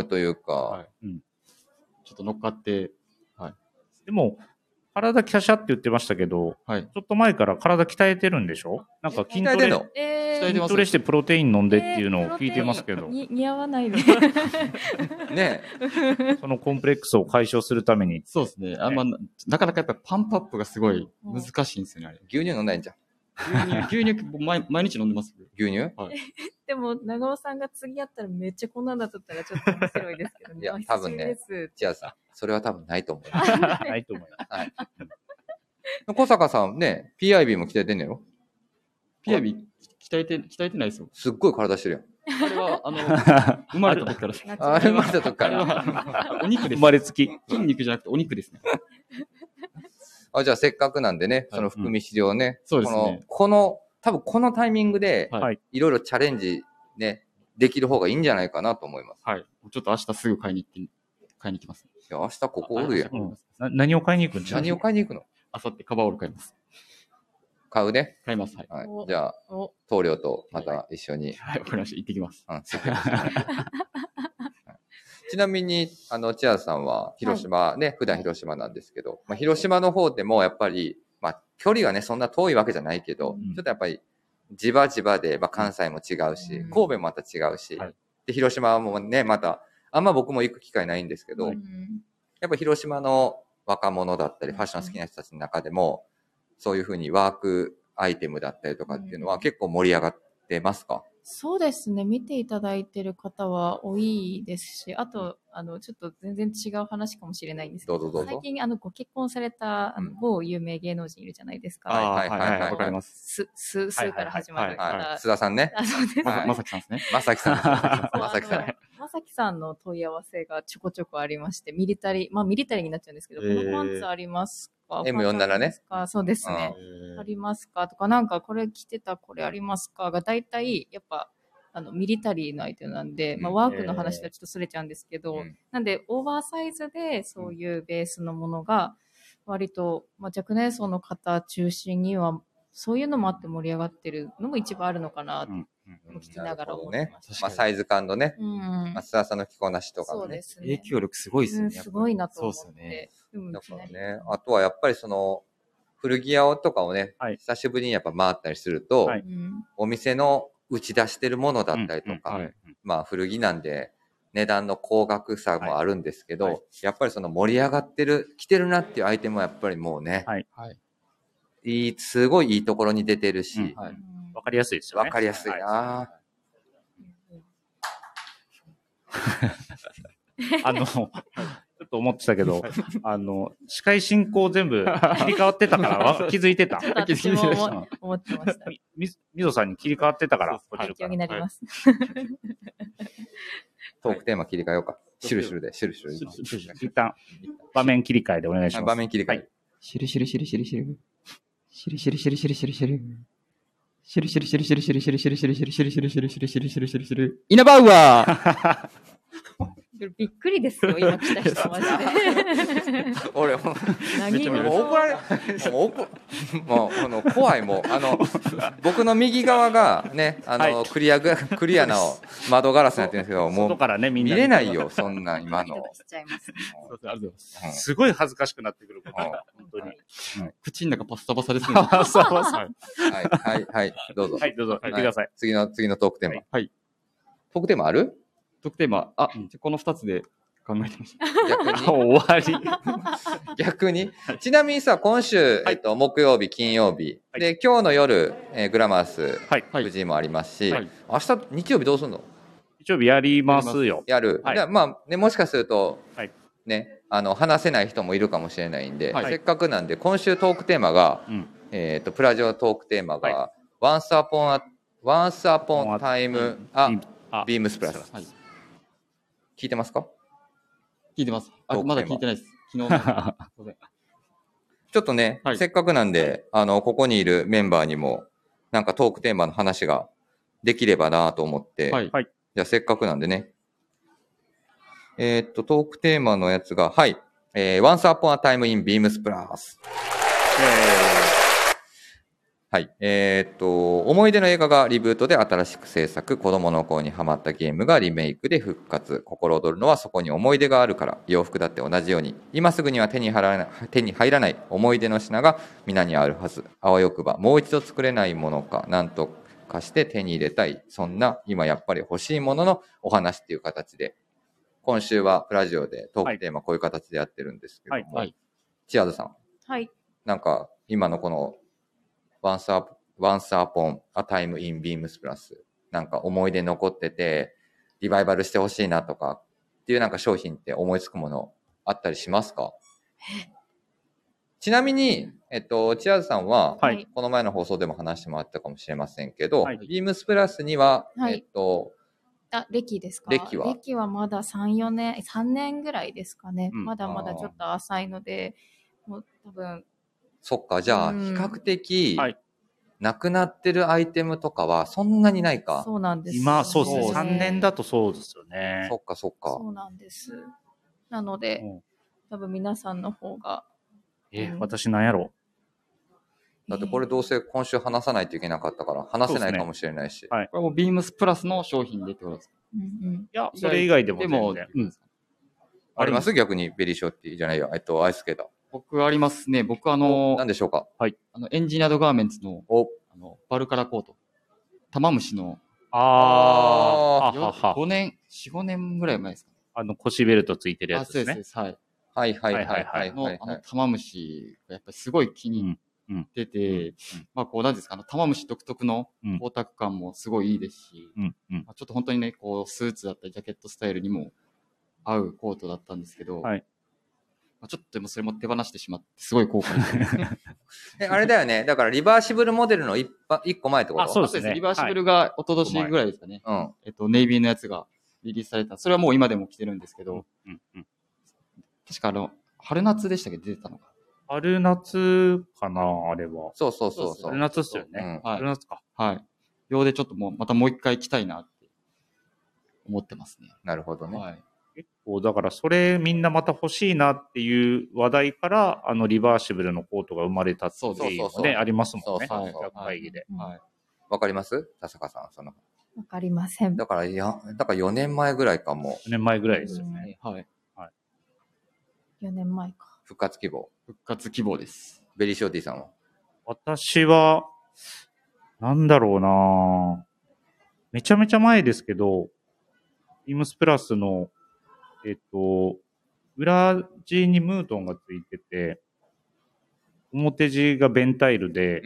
ちょっと乗っかって。 でも、体華奢って言ってましたけど、ちょっと前から体鍛えてるんでしょ？なんか筋トレしてプロテイン飲んでっていうのを聞いてますけど。 似合わないの。 ねそのコンプレックスを解消するために。 そうですね。なかなかやっぱパンプアップがすごい難しいんですよね、あれ。 牛乳飲んないんじゃん。 牛乳毎日飲んでます。 牛乳？ でも、長尾さんが次やったらめっちゃこんなんだったらちょっと面白いですけどね。 いや、多分ね、千秋さん、それは多分ないと思う。 ないと思います。はい。 小坂さんね、PIB も鍛えてんねやろ？ PIB 鍛えてないですよ。 すっごい体してるやん。 あれは、生まれた時から。 あれ生まれた時から。 お肉です。 生まれつき。 筋肉じゃなくてお肉ですね。 じゃあせっかくなんでね、その含み資料ね、 そうですね。 多分このタイミングで、いろいろチャレンジね、できる方がいいんじゃないかなと思います。 はい。ちょっと明日すぐ買いに行きます。 いや、明日ここおるやん。 何を買いに行くんですか？ 何を買いに行くの？ 明後日カバーオール買います。 買うね。 買います。はい。 じゃあ、棟梁とまた一緒に。 はい、わかりました。行ってきます。 ちなみに、千秋さんは広島ね、普段広島なんですけど、まあ、広島の方でもやっぱり、まあ、距離がね、そんな遠いわけじゃないけど、ちょっとやっぱり、地場で、まあ、関西も違うし、神戸もまた違うし、で、広島もね、また、あんま僕も行く機会ないんですけど、やっぱ広島の若者だったり、ファッション好きな人たちの中でも、そういうふうにワークアイテムだったりとかっていうのは結構盛り上がってますか？ そうですね。見ていただいてる方は多いですし、あと、ちょっと全然違う話かもしれないんですけど、最近、ご結婚された、某有名芸能人いるじゃないですか。 はい、わかります。 すから始まる方。 須田さんね。 そうです。 まさきさんですね。 まさきさん。 まさきさんの問い合わせがちょこちょこありまして、ミリタリーになっちゃうんですけど、このパンツありますか？ M47 ね。 そうですね。ありますかとか、なんかこれ着てたこれありますかが大体、やっぱ、ミリタリーのアイテムなんで、まあ、ワークの話とはちょっとそれちゃうんですけど、なんで、オーバーサイズでそういうベースのものが、割と、まあ、若年層の方中心には、そういうのもあって盛り上がってるのも一番あるのかなと聞きながら思ってました。 まあ、サイズ感のね、須田さんの着こなしとかもね。 そうですね。 影響力すごいですね。 すごいなと思って。 そうですね。 だからね、あとはやっぱりその、古着屋とかをね、久しぶりにやっぱ回ったりすると、お店の打ち出してるものだったりとか、まあ古着なんで値段の高額さもあるんですけど、やっぱりその盛り上がってる、着てるなっていうアイテムはやっぱりもうね、すごいいいところに出てるし、 わかりやすいですよね。 わかりやすいな。 ちょっと思ってたけど、司会進行全部切り替わってたから気づいてた。 私も思ってました。 みぞさんに切り替わってたから、 勉強になります。 トークテーマ切り替えようか。シュルシュルで。 一旦、場面切り替えでお願いします。 場面切り替え。 シュルシュルシュルシュルシュル。シュルシュルシュルシュルシュルシュル。シュルシュルシュルシュルシュルシュルシュルシュルシュルシュルシュルシュルシュルシュルシュルシュルシュル。イナバウアーびっくりですよ、今来た人マジで。 俺、 何もう怒られ、もう怖い、もう。僕の右側がね、クリアな窓ガラスになってるんですけど、もう、からね、みんな見れないよ、そんな、今の。 すごい恥ずかしくなってくることが、本当に。 口の中パッサパサですね。 パッサパサ。 はい、どうぞ。 はい、どうぞ、言ってください。 次のトークテーマ。 はい。 トークテーマある？ トークテーマ、この2つで考えてました。 逆に終わり。 逆にちなみにさ、今週、木曜日、金曜日。で、今日の夜、グラマス、藤井もありますし、明日、日曜日どうすんの？ 日曜日やりますよ。 やる。まあ、ね、もしかすると、ね、話せない人もいるかもしれないんで、せっかくなんで、今週トークテーマが、プラジオトークテーマが、Once Upon a Time Beams Plus。聞いてますか？ 聞いてます。まだ聞いてないです。昨日。 ちょっとね、せっかくなんで、ここにいるメンバーにも、なんかトークテーマの話ができればなと思って、じゃあせっかくなんでね。トークテーマのやつが、Once Upon a Time in Beams Plus。はい。思い出の映画がリブートで新しく制作、子供の頃にハマったゲームがリメイクで復活。心躍るのはそこに思い出があるから、洋服だって同じように、今すぐには手に入らない思い出の品が皆にあるはず。あわよくば、もう一度作れないものか、なんとかして手に入れたい。そんな、今やっぱり欲しいもののお話っていう形で、今週はプラジオでトークテーマこういう形でやってるんですけども、チアーズさん。なんか、今のこの、Once Upon a Time in Beams Plus なんか思い出残っててリバイバルしてほしいなとかっていうなんか商品って思いつくものあったりしますか？ちなみに、チアーズさんは、この前の放送でも話してもらったかもしれませんけど、Beams Plus には、 歴ですか？ 歴はまだ3年ぐらいですかね。まだまだちょっと浅いので、もう多分そっか、じゃあ、比較的、なくなってるアイテムとかはそんなにないか。 そうなんです。 今、そうですね。3年だとそうですよね。 そっか。 そうなんです。なので、多分皆さんの方が。 私なんやろう。だってこれどうせ今週話さないといけなかったから、話せないかもしれないし。 これもビームスプラスの商品でってことですか？ いや、それ以外でも全然。 あります？逆にベリーショッティじゃないよ。アイスケーター。 僕ありますね。僕何でしょうか？ エンジニアードガーメンツのバルカラコート。玉虫の。5年、4、5年ぐらい前ですかね。 腰ベルトついてるやつですね。 はい。 玉虫がやっぱりすごい気に入ってて、まあこうなんですか、玉虫独特の光沢感もすごいいいですし、ちょっと本当にね、こうスーツだったりジャケットスタイルにも合うコートだったんですけど、ちょっとでもそれも手放してしまって、すごい後悔してます。 あれだよね。だからリバーシブルモデルの1個前ってこと？ そうですね。リバーシブルが一昨年ぐらいですかね。ネイビーのやつがリリースされた。それはもう今でも着てるんですけど、確か春夏でしたっけ、出てたのか。 春夏かな、あれは。 そう。 春夏っすよね。春夏か。 用でちょっとまたもう一回着たいなって思ってますね。 なるほどね。 結構、だからそれみんなまた欲しいなっていう話題から、リバーシブルのコートが生まれたっていうのね、ありますもんね。会議で。 わかります？田坂さん、 わかりません。 だから4年前ぐらいかも。 4年前ぐらいですよね。 4年前か。 復活希望です。 ベリーショーティーさんは？ 私は、なんだろうなめちゃめちゃ前ですけど、ビームスプラスの、裏地にムートンがついてて、表地がベンタイルで、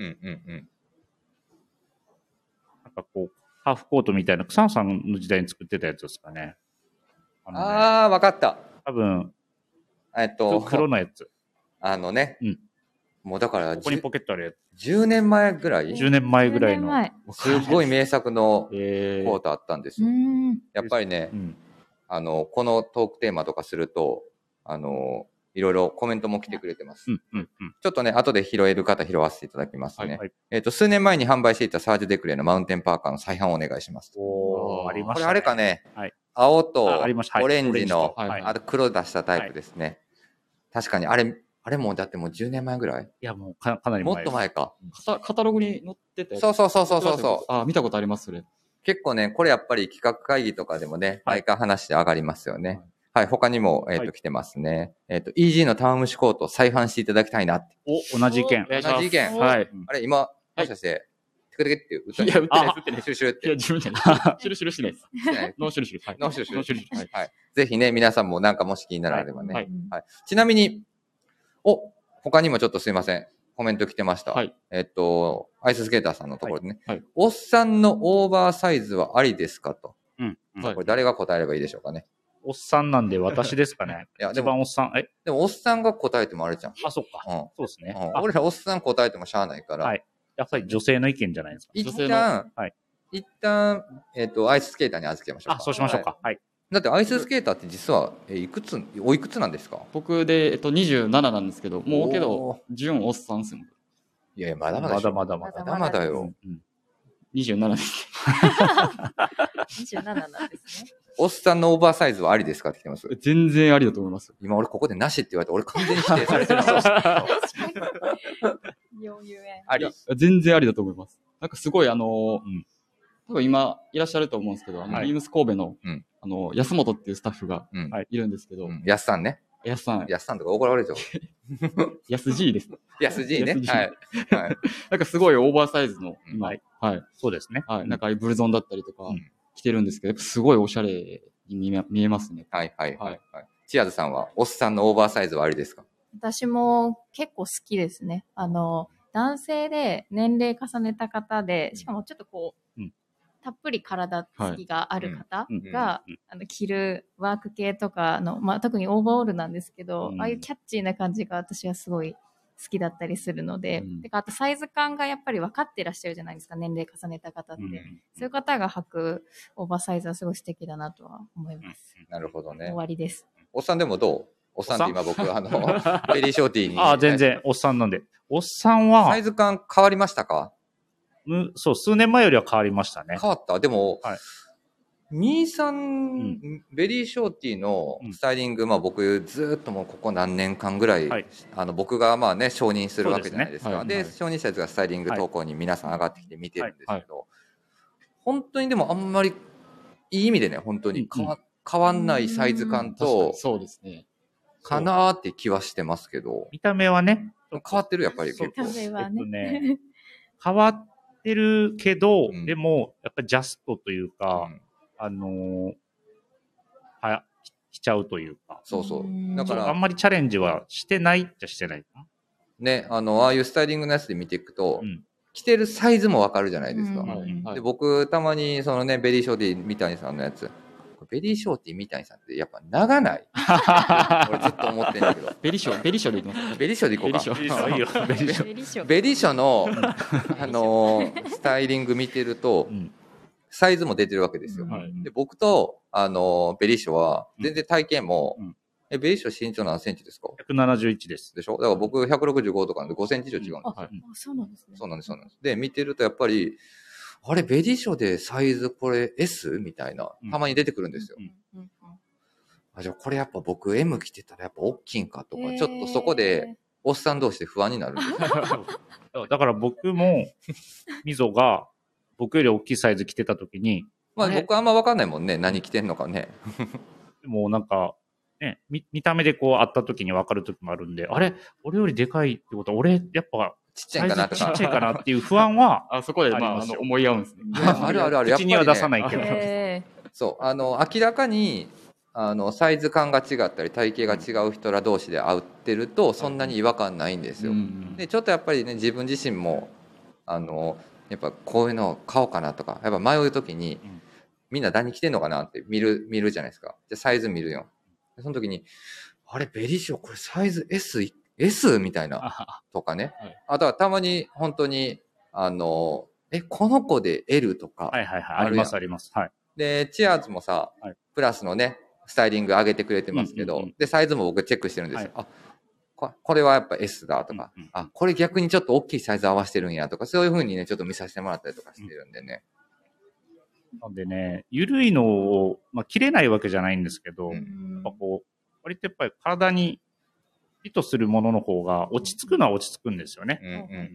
なんかこう、ハーフコートみたいな、草野さんの時代に作ってたやつですかね。 わかった。 多分、黒のやつ。 もうだから、 ここにポケットあるやつ。 10年前ぐらい ?10 年前ぐらいの。 すごい名作のコートあったんですよ。やっぱりね、このトークテーマとかすると、いろいろコメントも来てくれてます。ちょっとね、後で拾える方拾わせていただきますね。数年前に販売していたサージュ・デクレのマウンテンパーカーの再販をお願いします。 ありましたね。 これあれかね、 青とオレンジの、あと黒出したタイプですね。確かに、あれもうだってもう10年前ぐらい？ いや、もうかなり前。 もっと前か。 カタログに載ってて。 そう。 あ、見たことあります、それ。 結構ね、これやっぱり企画会議とかでもね、毎回話して上がりますよね。はい、他にも、来てますね。EG のタワムシコート再販していただきたいなって。 同じ意見。 同じ意見。 はい。 あれ、今、もしかして、テクテクって打った？ いや、打ってない。 シュルシュルって。 いや、自分じゃない。シュルシュルしてないです。ノーシュルシュル。 はい。ノーシュルシュル。はい。ぜひね、皆さんもなんかもし気にならればね。はい。ちなみに、他にもちょっとすいません。コメント来てました。はい。アイススケーターさんのところでね。はい。おっさんのオーバーサイズはありですかと。うん。これ誰が答えればいいでしょうかね。 おっさんなんで私ですかね。いや、一番おっさん。 でもおっさんが答えてもあれじゃん。 あ、そっか。そうですね。 俺らおっさん答えてもしゃあないから。はい。 やっぱり女性の意見じゃないですか。 一旦、アイススケーターに預けましょうか。 あ、そうしましょうか。はい。 だってアイススケーターって実は、おいくつなんですか？ 僕で、27なんですけど、もうけど、純おっさんですよ。 いや、まだまだ。 まだまだよ。 27です。 27なんですね。 おっさんのオーバーサイズはありですかって来てます。 全然ありだと思います。 今俺ここでなしって言われて、俺完全に否定されてる。 あり。全然ありだと思います。なんかすごい多分今いらっしゃると思うんですけど、ビームス神戸の、安本っていうスタッフがいるんですけど。 安さんね。 安さんとか怒られるでしょ。安 G です。 安 G ね。はい。 なんかすごいオーバーサイズの、 はい。そうですね。 はい。なんかブルゾンだったりとか着てるんですけど、すごいおしゃれに見えますね。 はい。チアーズさんは、おっさんのオーバーサイズはありですか？ 私も結構好きですね。男性で年齢重ねた方で、しかもちょっとこう、たっぷり体つきがある方が、着るワーク系とかの、特にオーバーオールなんですけど、ああいうキャッチーな感じが私はすごい好きだったりするので、あとサイズ感がやっぱり分かってらっしゃるじゃないですか、年齢重ねた方って。そういう方が履くオーバーサイズはすごい素敵だなとは思います。 なるほどね。 終わりです。 おっさんでもどう？おっさんって今僕、ベリーショーティーに。 全然、おっさんなんで。おっさんは。 サイズ感変わりましたか？ そう、数年前よりは変わりましたね。 変わった？でも、ミーさん、ベリーショーティーのスタイリング、僕ずっともうここ何年間ぐらい、僕が承認するわけじゃないですか。で、承認したやつがスタイリング投稿に皆さん上がってきて見てるんですけど、本当にでもあんまりいい意味でね、本当に変わんないサイズ感と、 そうですね。 かなーって気はしてますけど。 見た目はね。 変わってるやっぱり結構。 見た目はね。 変わってるけど、でも、やっぱりジャストというか、しちゃうというか。 そうそう。だからあんまりチャレンジはしてないっちゃしてないかな。 ね、ああいうスタイリングのやつで見ていくと、着てるサイズもわかるじゃないですか。で、僕、たまにそのね、ベリーショーティー三谷さんのやつ、ベリーショーティー三谷さんってやっぱ長ない俺ずっと思ってんだけど。 ベリショでいきます。 ベリショでいこうか。ベリショの、スタイリング見てると、サイズも出てるわけですよ。で、僕と、ベリショは、全然体型も、ベリショ身長何センチですか？ 171 です。 でしょ？だから僕165とかなんで5センチ以上違うんですよ。 そうなんですね。 そうなんです。で、見てるとやっぱり、あれ、ベリショでサイズこれ S？ みたいな、たまに出てくるんですよ。じゃあこれやっぱ僕 M 着てたらやっぱ大きいんかとか、ちょっとそこで、おっさん同士で不安になるんですよ。だから僕も、みぞが僕より大きいサイズ着てた時に、 僕あんま分かんないもんね、何着てんのかね。 もうなんか、ね、見た目でこう会った時に分かる時もあるんで、あれ俺よりでかいってことは、俺やっぱちっちゃいかなとか。 ちっちゃいかなっていう不安は、 そこで思い合うんですね。 ある。 口には出さないけど。 そう、明らかに、サイズ感が違ったり体型が違う人ら同士で会ってるとそんなに違和感ないんですよ。でちょっとやっぱりね自分自身もやっぱこういうのを買おうかなとかやっぱ迷う時に、みんな何着てんのかなって見るじゃないですか。じゃサイズ見るよ。その時にあれベリーショーこれサイズ S みたいなとかね。あとはたまに本当にこの子で L とかあります。はい。 でチアーズもさ、プラスのねスタイリング上げてくれてますけど、でサイズも僕チェックしてるんですよ。これはやっぱ S だとか、これ逆にちょっと大きいサイズ合わせてるんやとか、そういう風にねちょっと見させてもらったりとかしてるんでね。 なんでね、緩いのを、切れないわけじゃないんですけど、割とやっぱり体に意図するものの方が落ち着くのは落ち着くんですよね。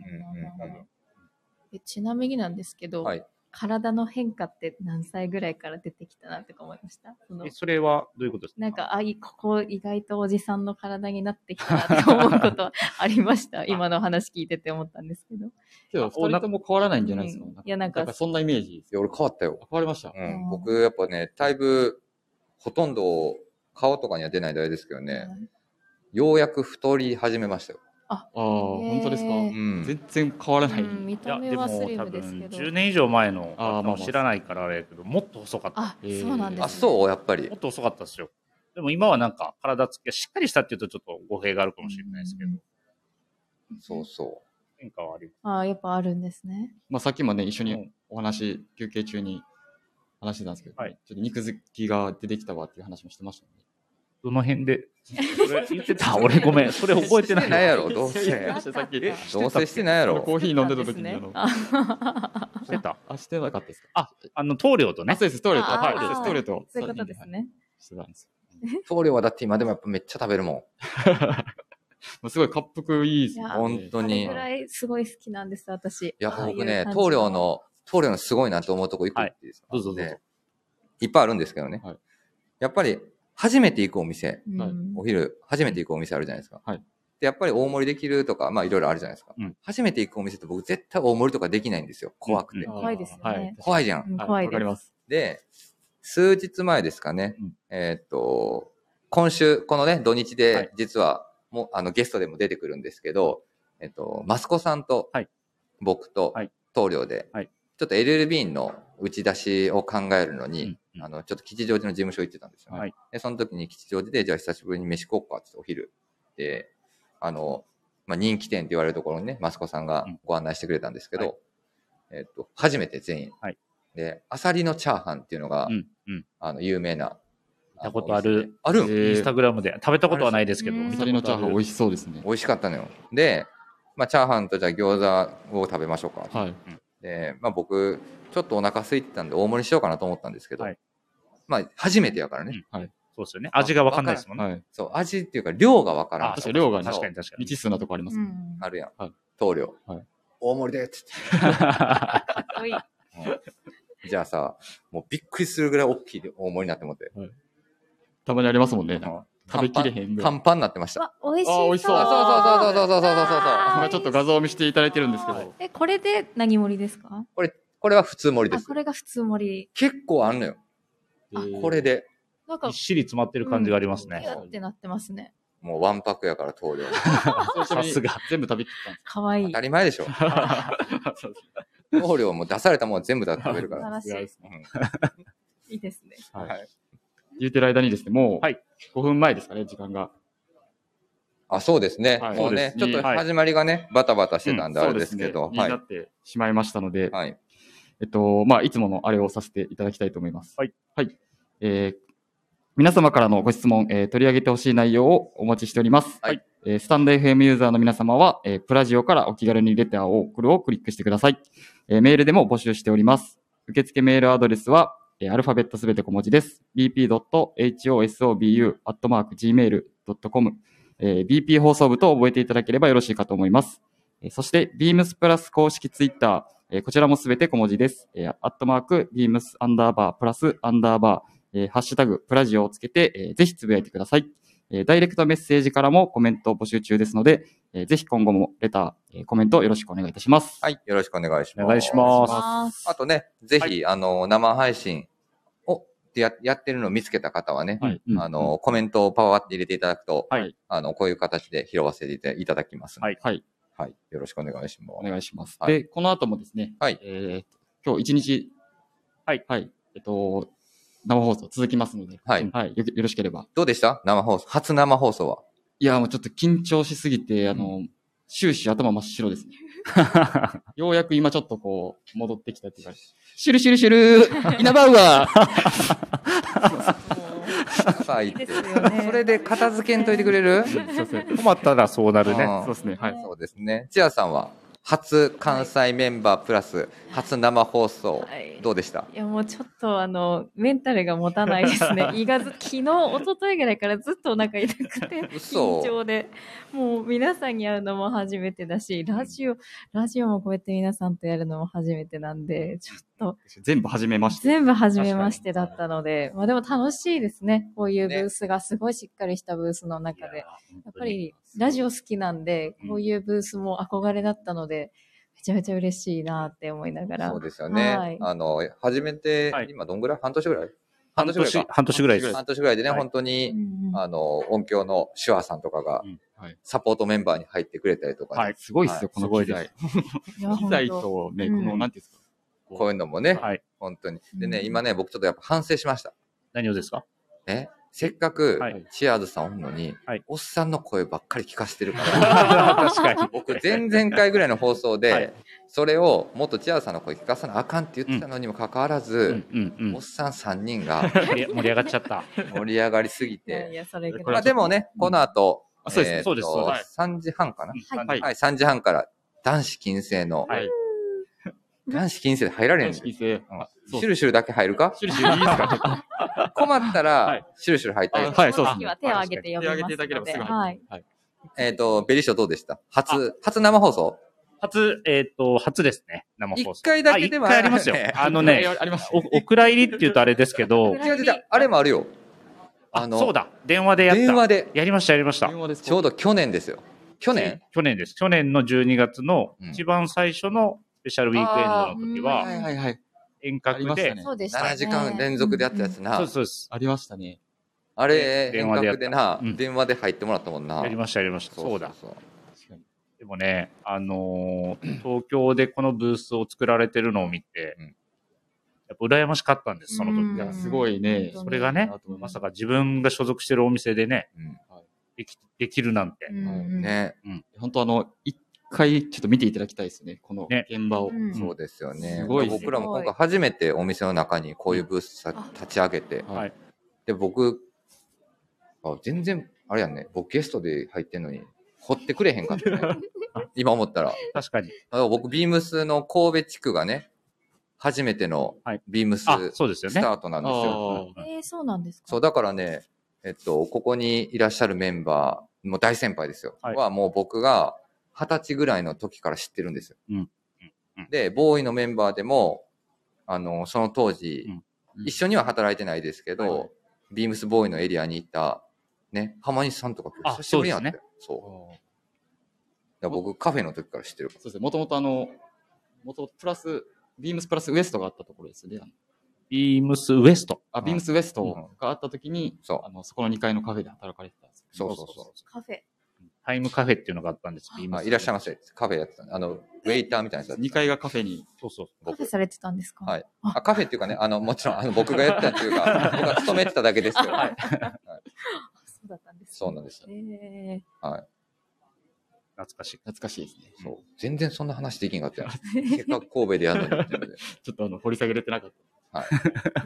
ちなみになんですけど、体の変化って何歳ぐらいから出てきたなとか思いました？ それはどういうことですか？ なんか、ここ意外とおじさんの体になってきたなと思うことありました。今の話聞いてて思ったんですけど。 けど、二人とも変わらないんじゃないですか？いや、なんかそんなイメージ。 いや、俺変わったよ。 変わりました。 僕、やっぱね、だいぶ、ほとんど顔とかには出ないであれですけどね、ようやく太り始めましたよ。 本当ですか？全然変わらない。 見た目はスリムですけど。 10年以上前の知らないからあれやけど、もっと細かった。 そうなんですね。 そう、やっぱり。 もっと細かったですよ。でも今はなんか体つきがしっかりしたっていうとちょっと語弊があるかもしれないですけど。 そうそう。 変化はあります。 やっぱあるんですね。 さっきもね、一緒にお話、休憩中に話してたんですけど、ちょっと肉付きが出てきたわっていう話もしてましたね。 どの辺でそれ言ってた？俺ごめん。それ覚えてない。 ないやろ、どうせ。どうせしてないやろ。 コーヒー飲んでた時にしてた？ してなかったですか？ 棟梁とね。 そうです、棟梁と。棟梁と。 そういうことですね。 してたんですよ。棟梁はだって今でもやっぱめっちゃ食べるもん。すごい滑腹いいですね。 本当に。 それぐらいすごい好きなんです、私。 いや、僕ね、棟梁のすごいなと思うとこ行くっていいですか？ どうぞ。 いっぱいあるんですけどね。やっぱり、初めて行くお店、お昼、初めて行くお店あるじゃないですか。で、やっぱり大盛りできるとか、いろいろあるじゃないですか。初めて行くお店って僕絶対大盛りとかできないんですよ。怖くて。 怖いですよね。 怖いじゃん。 怖いです。 で、数日前ですかね。今週、このね、土日で、実は、もう、ゲストでも出てくるんですけど、マスコさんと、僕と、棟梁で、ちょっと LL の打ち出しを考えるのに、ちょっと吉祥寺の事務所行ってたんですよ。で、その時に吉祥寺で、じゃあ久しぶりに飯食おうかってお昼で、人気店って言われるところにね、マスコさんがご案内してくれたんですけど、初めて全員。で、アサリのチャーハンっていうのが、有名な。 見たことある。 あるインスタグラムで。食べたことはないですけど。 アサリのチャーハン美味しそうですね。 美味しかったのよ。で、チャーハンとじゃあ餃子を食べましょうか。で、僕、ちょっとお腹空いてたんで大盛りしようかなと思ったんですけど、初めてやからね。 そうですよね。味が分かんないですもんね。 そう、味っていうか量が分からん。 確かに量がね。 確かに。 未知数なとこありますね。 あるやん。棟梁。大盛りでっつって。じゃあさ、もうびっくりするぐらい大きい大盛りになって思って。 たまにありますもんね。食べきれへん。 パンパンになってました。 美味しそう。 そう。ちょっと画像を見せていただいてるんですけど。 これで何盛りですか？ これは普通盛りです。 これが普通盛り。 結構あんのよ。これで。 なんかぎっしり詰まってる感じがありますね。 キュってなってますね。 もうワンパクやから棟梁。 さすが。 全部食べきったんです。 かわいい。 当たり前でしょ。棟梁も出されたもん全部食べるから。 いいですね。 言ってる間にですね、もう5分前ですかね、時間が。 そうですね。もうね、ちょっと始まりがね、バタバタしてたんであれですけど。 になってしまいましたので、いつものあれをさせていただきたいと思います。皆様からのご質問、取り上げてほしい内容をお待ちしております。スタンド FM ユーザーの皆様は、プラジオからお気軽にレターを送るをクリックしてください。メールでも募集しております。受付メールアドレスは、アルファベットすべて小文字です。bp.hosobu@gmail.com BP 放送部と覚えていただければよろしいかと思います。そして、beams プラス公式ツイッター、こちらもすべて小文字です。@beams_+_ハッシュタグプラジオをつけて、ぜひつぶやいてください。ダイレクトメッセージからもコメント募集中ですので、ぜひ今後もレター、コメントよろしくお願いいたします。 はい、よろしくお願いします。 お願いします。 あとね、ぜひ、生配信をやってるのを見つけた方はね、コメントをパワーって入れていただくと、こういう形で拾わせていただきます。はい。よろしくお願いします。 お願いします。で、この後もですね、今日一日、生放送続きますので、よろしければ。 どうでした？生放送。初生放送は。 いや、もうちょっと緊張しすぎて、終始頭真っ白ですね。ようやく今ちょっとこう、戻ってきたっていうか、シュルシュルシュルイナバウアーいいですよね。それで片付けんといてくれる？ 困ったらそうなるね。 そうですね。はい。 そうですね。千谷さんは初関西メンバープラス初生放送、どうでした？ いやもうちょっとメンタルが持たないですね。昨日、一昨日ぐらいからずっとお腹痛くて、緊張で。もう皆さんに会うのも初めてだし、ラジオもこうやって皆さんとやるのも初めてなんで、ちょっと。 全部初めまして。 全部初めましてだったので、まあでも楽しいですね。こういうブースがすごいしっかりしたブースの中で。やっぱりラジオ好きなんで、こういうブースも憧れだったので、めちゃめちゃ嬉しいなって思いながら。 そうですよね。はい、初めて、今どんぐらい？半年ぐらい？ 半年ぐらいです。 半年ぐらいでね、本当に、音響の手話さんとかが、サポートメンバーに入ってくれたりとか、 はい、すごいですよ、この機材。機材とね、この、なんていうんですか。 こういうのもね、本当に。でね、今ね、僕ちょっとやっぱ反省しました。 何をですか？ せっかく、チアーズさんおるのに、おっさんの声ばっかり聞かせてるから。 確かに。 僕、前々回ぐらいの放送で、それをもっとチアーズさんの声聞かさなあかんって言ってたのにもかかわらず、おっさん3人が盛り上がっちゃった。 盛り上がりすぎて。 まあでもね、この後、 そうです。 3時半かな？はい、3時半から男子禁制の、男子禁制で入られんの？シュルシュルだけ入るか？ シュルシュルいいですか？ 困ったら、シュルシュル入ったり。 はい、そうですね。手を挙げて呼びますので。手を挙げていただければすぐ入る。 はい。ベリーショーどうでした？初生放送？ 初ですね。生放送。 一回だけでもありますよ。お蔵入りって言うとあれですけど。 あれもあるよ。 そうだ。電話でやった。 電話で。 やりました。 ちょうど去年ですよ。去年です。去年の12月の一番最初のスペシャルウィークエンドの時は、遠隔で、 7時間連続でやったやつな。 そうです。 ありましたね。 あれ、遠隔でな、電話で入ってもらったもんな。 やりました。そうだ。でもね、東京でこのブースを作られてるのを見て、やっぱ羨ましかったんです、その時。 いや、すごいね。 それがね、まさか自分が所属してるお店でね、できるなんて。 ね。 本当一回ちょっと見ていただきたいですね、この現場を。 そうですよね。 すごい。 僕らも今回初めてお店の中にこういうブース立ち上げて、で、僕、全然、あれやんね、僕ゲストで入ってんのに、掘ってくれへんかったね。今思ったら。 確かに。 僕、ビームスの神戸地区がね、初めてのビームススタートなんですよ。 そうなんですか。 そう、だからね、ここにいらっしゃるメンバー、もう大先輩ですよ。はもう僕が20歳ぐらいの時から知ってるんですよ。で、ボーイのメンバーでも、その当時、一緒には働いてないですけど、ビームスボーイのエリアに行った、ね、浜西さんとか久しぶりに会って。そう。僕、カフェの時から知ってる。 そうですね。もともとプラス、ビームスプラスウエストがあったところですね。 ビームスウエストビームスウエストがあった時に、そこの2階のカフェで働かれてたんです。 そう。 カフェ。 タイムカフェっていうのがあったんです。 ビームスいらっしゃいませ。カフェやってた。ウェイターみたいなやつ。 2階がカフェに。 そう。 カフェされてたんですか？ はい。カフェっていうかね、もちろん、僕がやったっていうか、僕が勤めてただけですけど。はい。 そうだったんです。 そうなんですよ。はい。 懐かしいですね。 そう。全然そんな話できんかったよ。せっかく神戸でやるのに。 ちょっと掘り下げれてなかった。はい。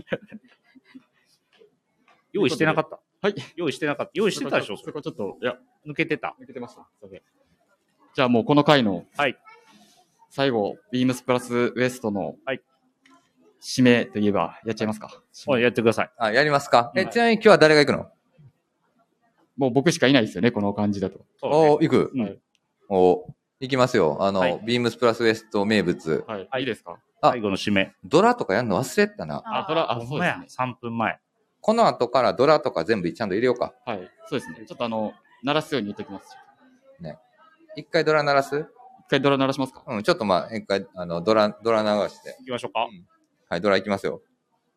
用意してなかった。 はい。 用意してなかった。用意してたでしょ？ そこちょっと、いや、 抜けてました。じゃあもうこの回の、最後、ビームスプラスウエストの、締めといえば、やっちゃいますか？ やってください。 やりますか？ちなみに今日は誰が行くの？ もう僕しかいないですよね、この感じだと。 行く？行きますよ。ビームスプラスウエスト名物。 いいですか？ 最後の締め。 ドラとかやるの忘れてたな。 ドラ、そうですね。 3分前。 この後からドラとか全部ちゃんと入れようか。 はい。そうですね。ちょっと鳴らすように言っておきます。 ね。一回ドラ鳴らす？ 一回ドラ鳴らしますか？ ちょっと一回、ドラ流して。 行きましょうか。 はい、ドラ行きますよ。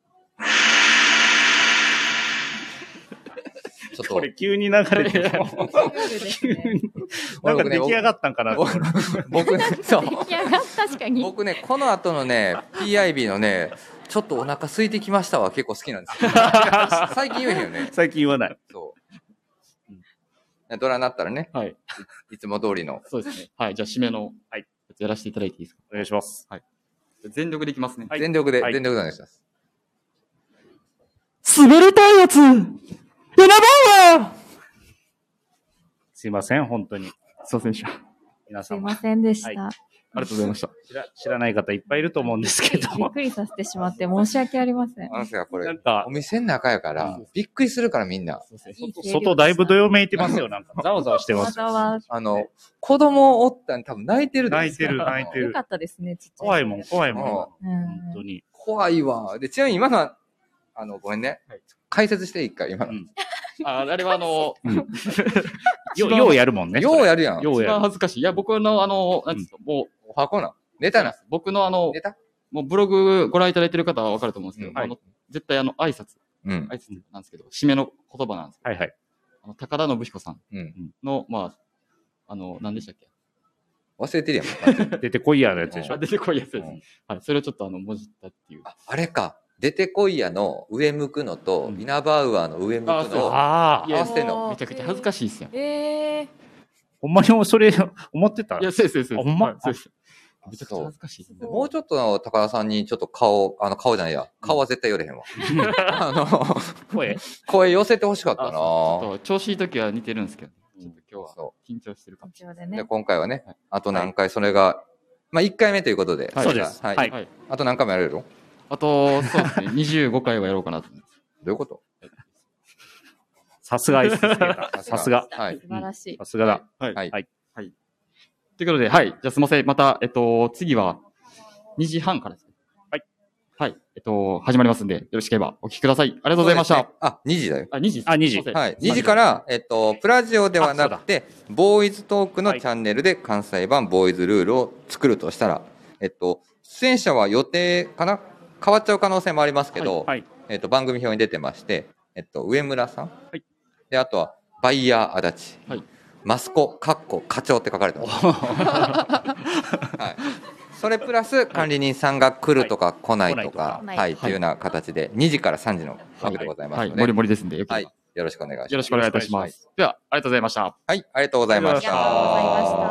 ちょっとこれ急に流れてる。なんか出来上がったんかな。 僕ね、そう。 出来上がった、確かに。 僕ね、この後のね、PIB のね、ちょっとお腹空いてきましたは結構好きなんですよ。最近言えへんよね。 最近言わない。 そう。ドラになったらね、いつも通りの。 そうですね。はい、じゃあ締めの、やらせていただいていいですか？ お願いします。 はい。全力でいきますね。 全力でお願いします。 滑りたいやつ選ばんわ。 すいません、本当に。 すいませんでした。 皆さん。 すいませんでした。 ありがとうございました。 知らない方いっぱいいると思うんですけど。 びっくりさせてしまって申し訳ありません。 なんすか、これ。お店の中やから、びっくりするからみんな。 外だいぶどよめいてますよ、なんか。ざわざわしてます。 子供おったん多分泣いてる。 泣いてる。 よかったですね、ちっちゃい。 怖いもん。本当に。 怖いわ。で、ちなみに今の、ごめんね。解説していいか、今の。 あれはようやるもんね。 ようやるやん。 一番恥ずかしい。いや、僕のなんですか、もう、 お箱な。ネタな。 僕のネタもうブログご覧いただいてる方はわかると思うんですけど、絶対挨拶なんですけど、締めの言葉なんですけど、高田信彦さんの、まあ、何でしたっけ？ 忘れてるやん。 出てこいやのやつでしょ。 出てこいやつです。はい。それをちょっともじったっていう。 あれか。出てこいやの上向くのと、イナバウアーの上向くの合わせてんの。 めちゃくちゃ恥ずかしいですよ。 ほんまにそれ思ってた？ いや、そうです。 ほんま？ そうです。めちゃくちゃ恥ずかしいですね。 もうちょっと高田さんにちょっと顔じゃないや。顔は絶対寄れへんわ。声寄せてほしかったな。 調子いい時は似てるんですけど、ちょっと今日は緊張してるかもしれない。 で、今回はね、あと何回それが、まあ1回目ということで。 そうです。はい。 あと何回もやれるの？ あと、そうですね、25回はやろうかなと思います。 どういうこと？ さすがです。さすが。 素晴らしい。 さすがだ。 はい。ということで、はい。じゃあすみません。また、次は2時半からですね。はい。始まりますんで、よろしければお聞きください。ありがとうございました。 あ、2時だよ。 2時。 2時。 はい。2時から、プラジオではなくて、ボーイズトークのチャンネルで関西版ボーイズルールを作るとしたら、出演者は予定かな？変わっちゃう可能性もありますけど、番組表に出てまして、上村さん、で、あとはバイヤー足立、マスコ課長って書かれてます。それプラス管理人さんが来るとか来ないとか、っていうような形で2時から3時の枠でございますので、 もりもりですんで、 よろしくお願いします。 よろしくお願いいたします。では、ありがとうございました。 はい、ありがとうございました。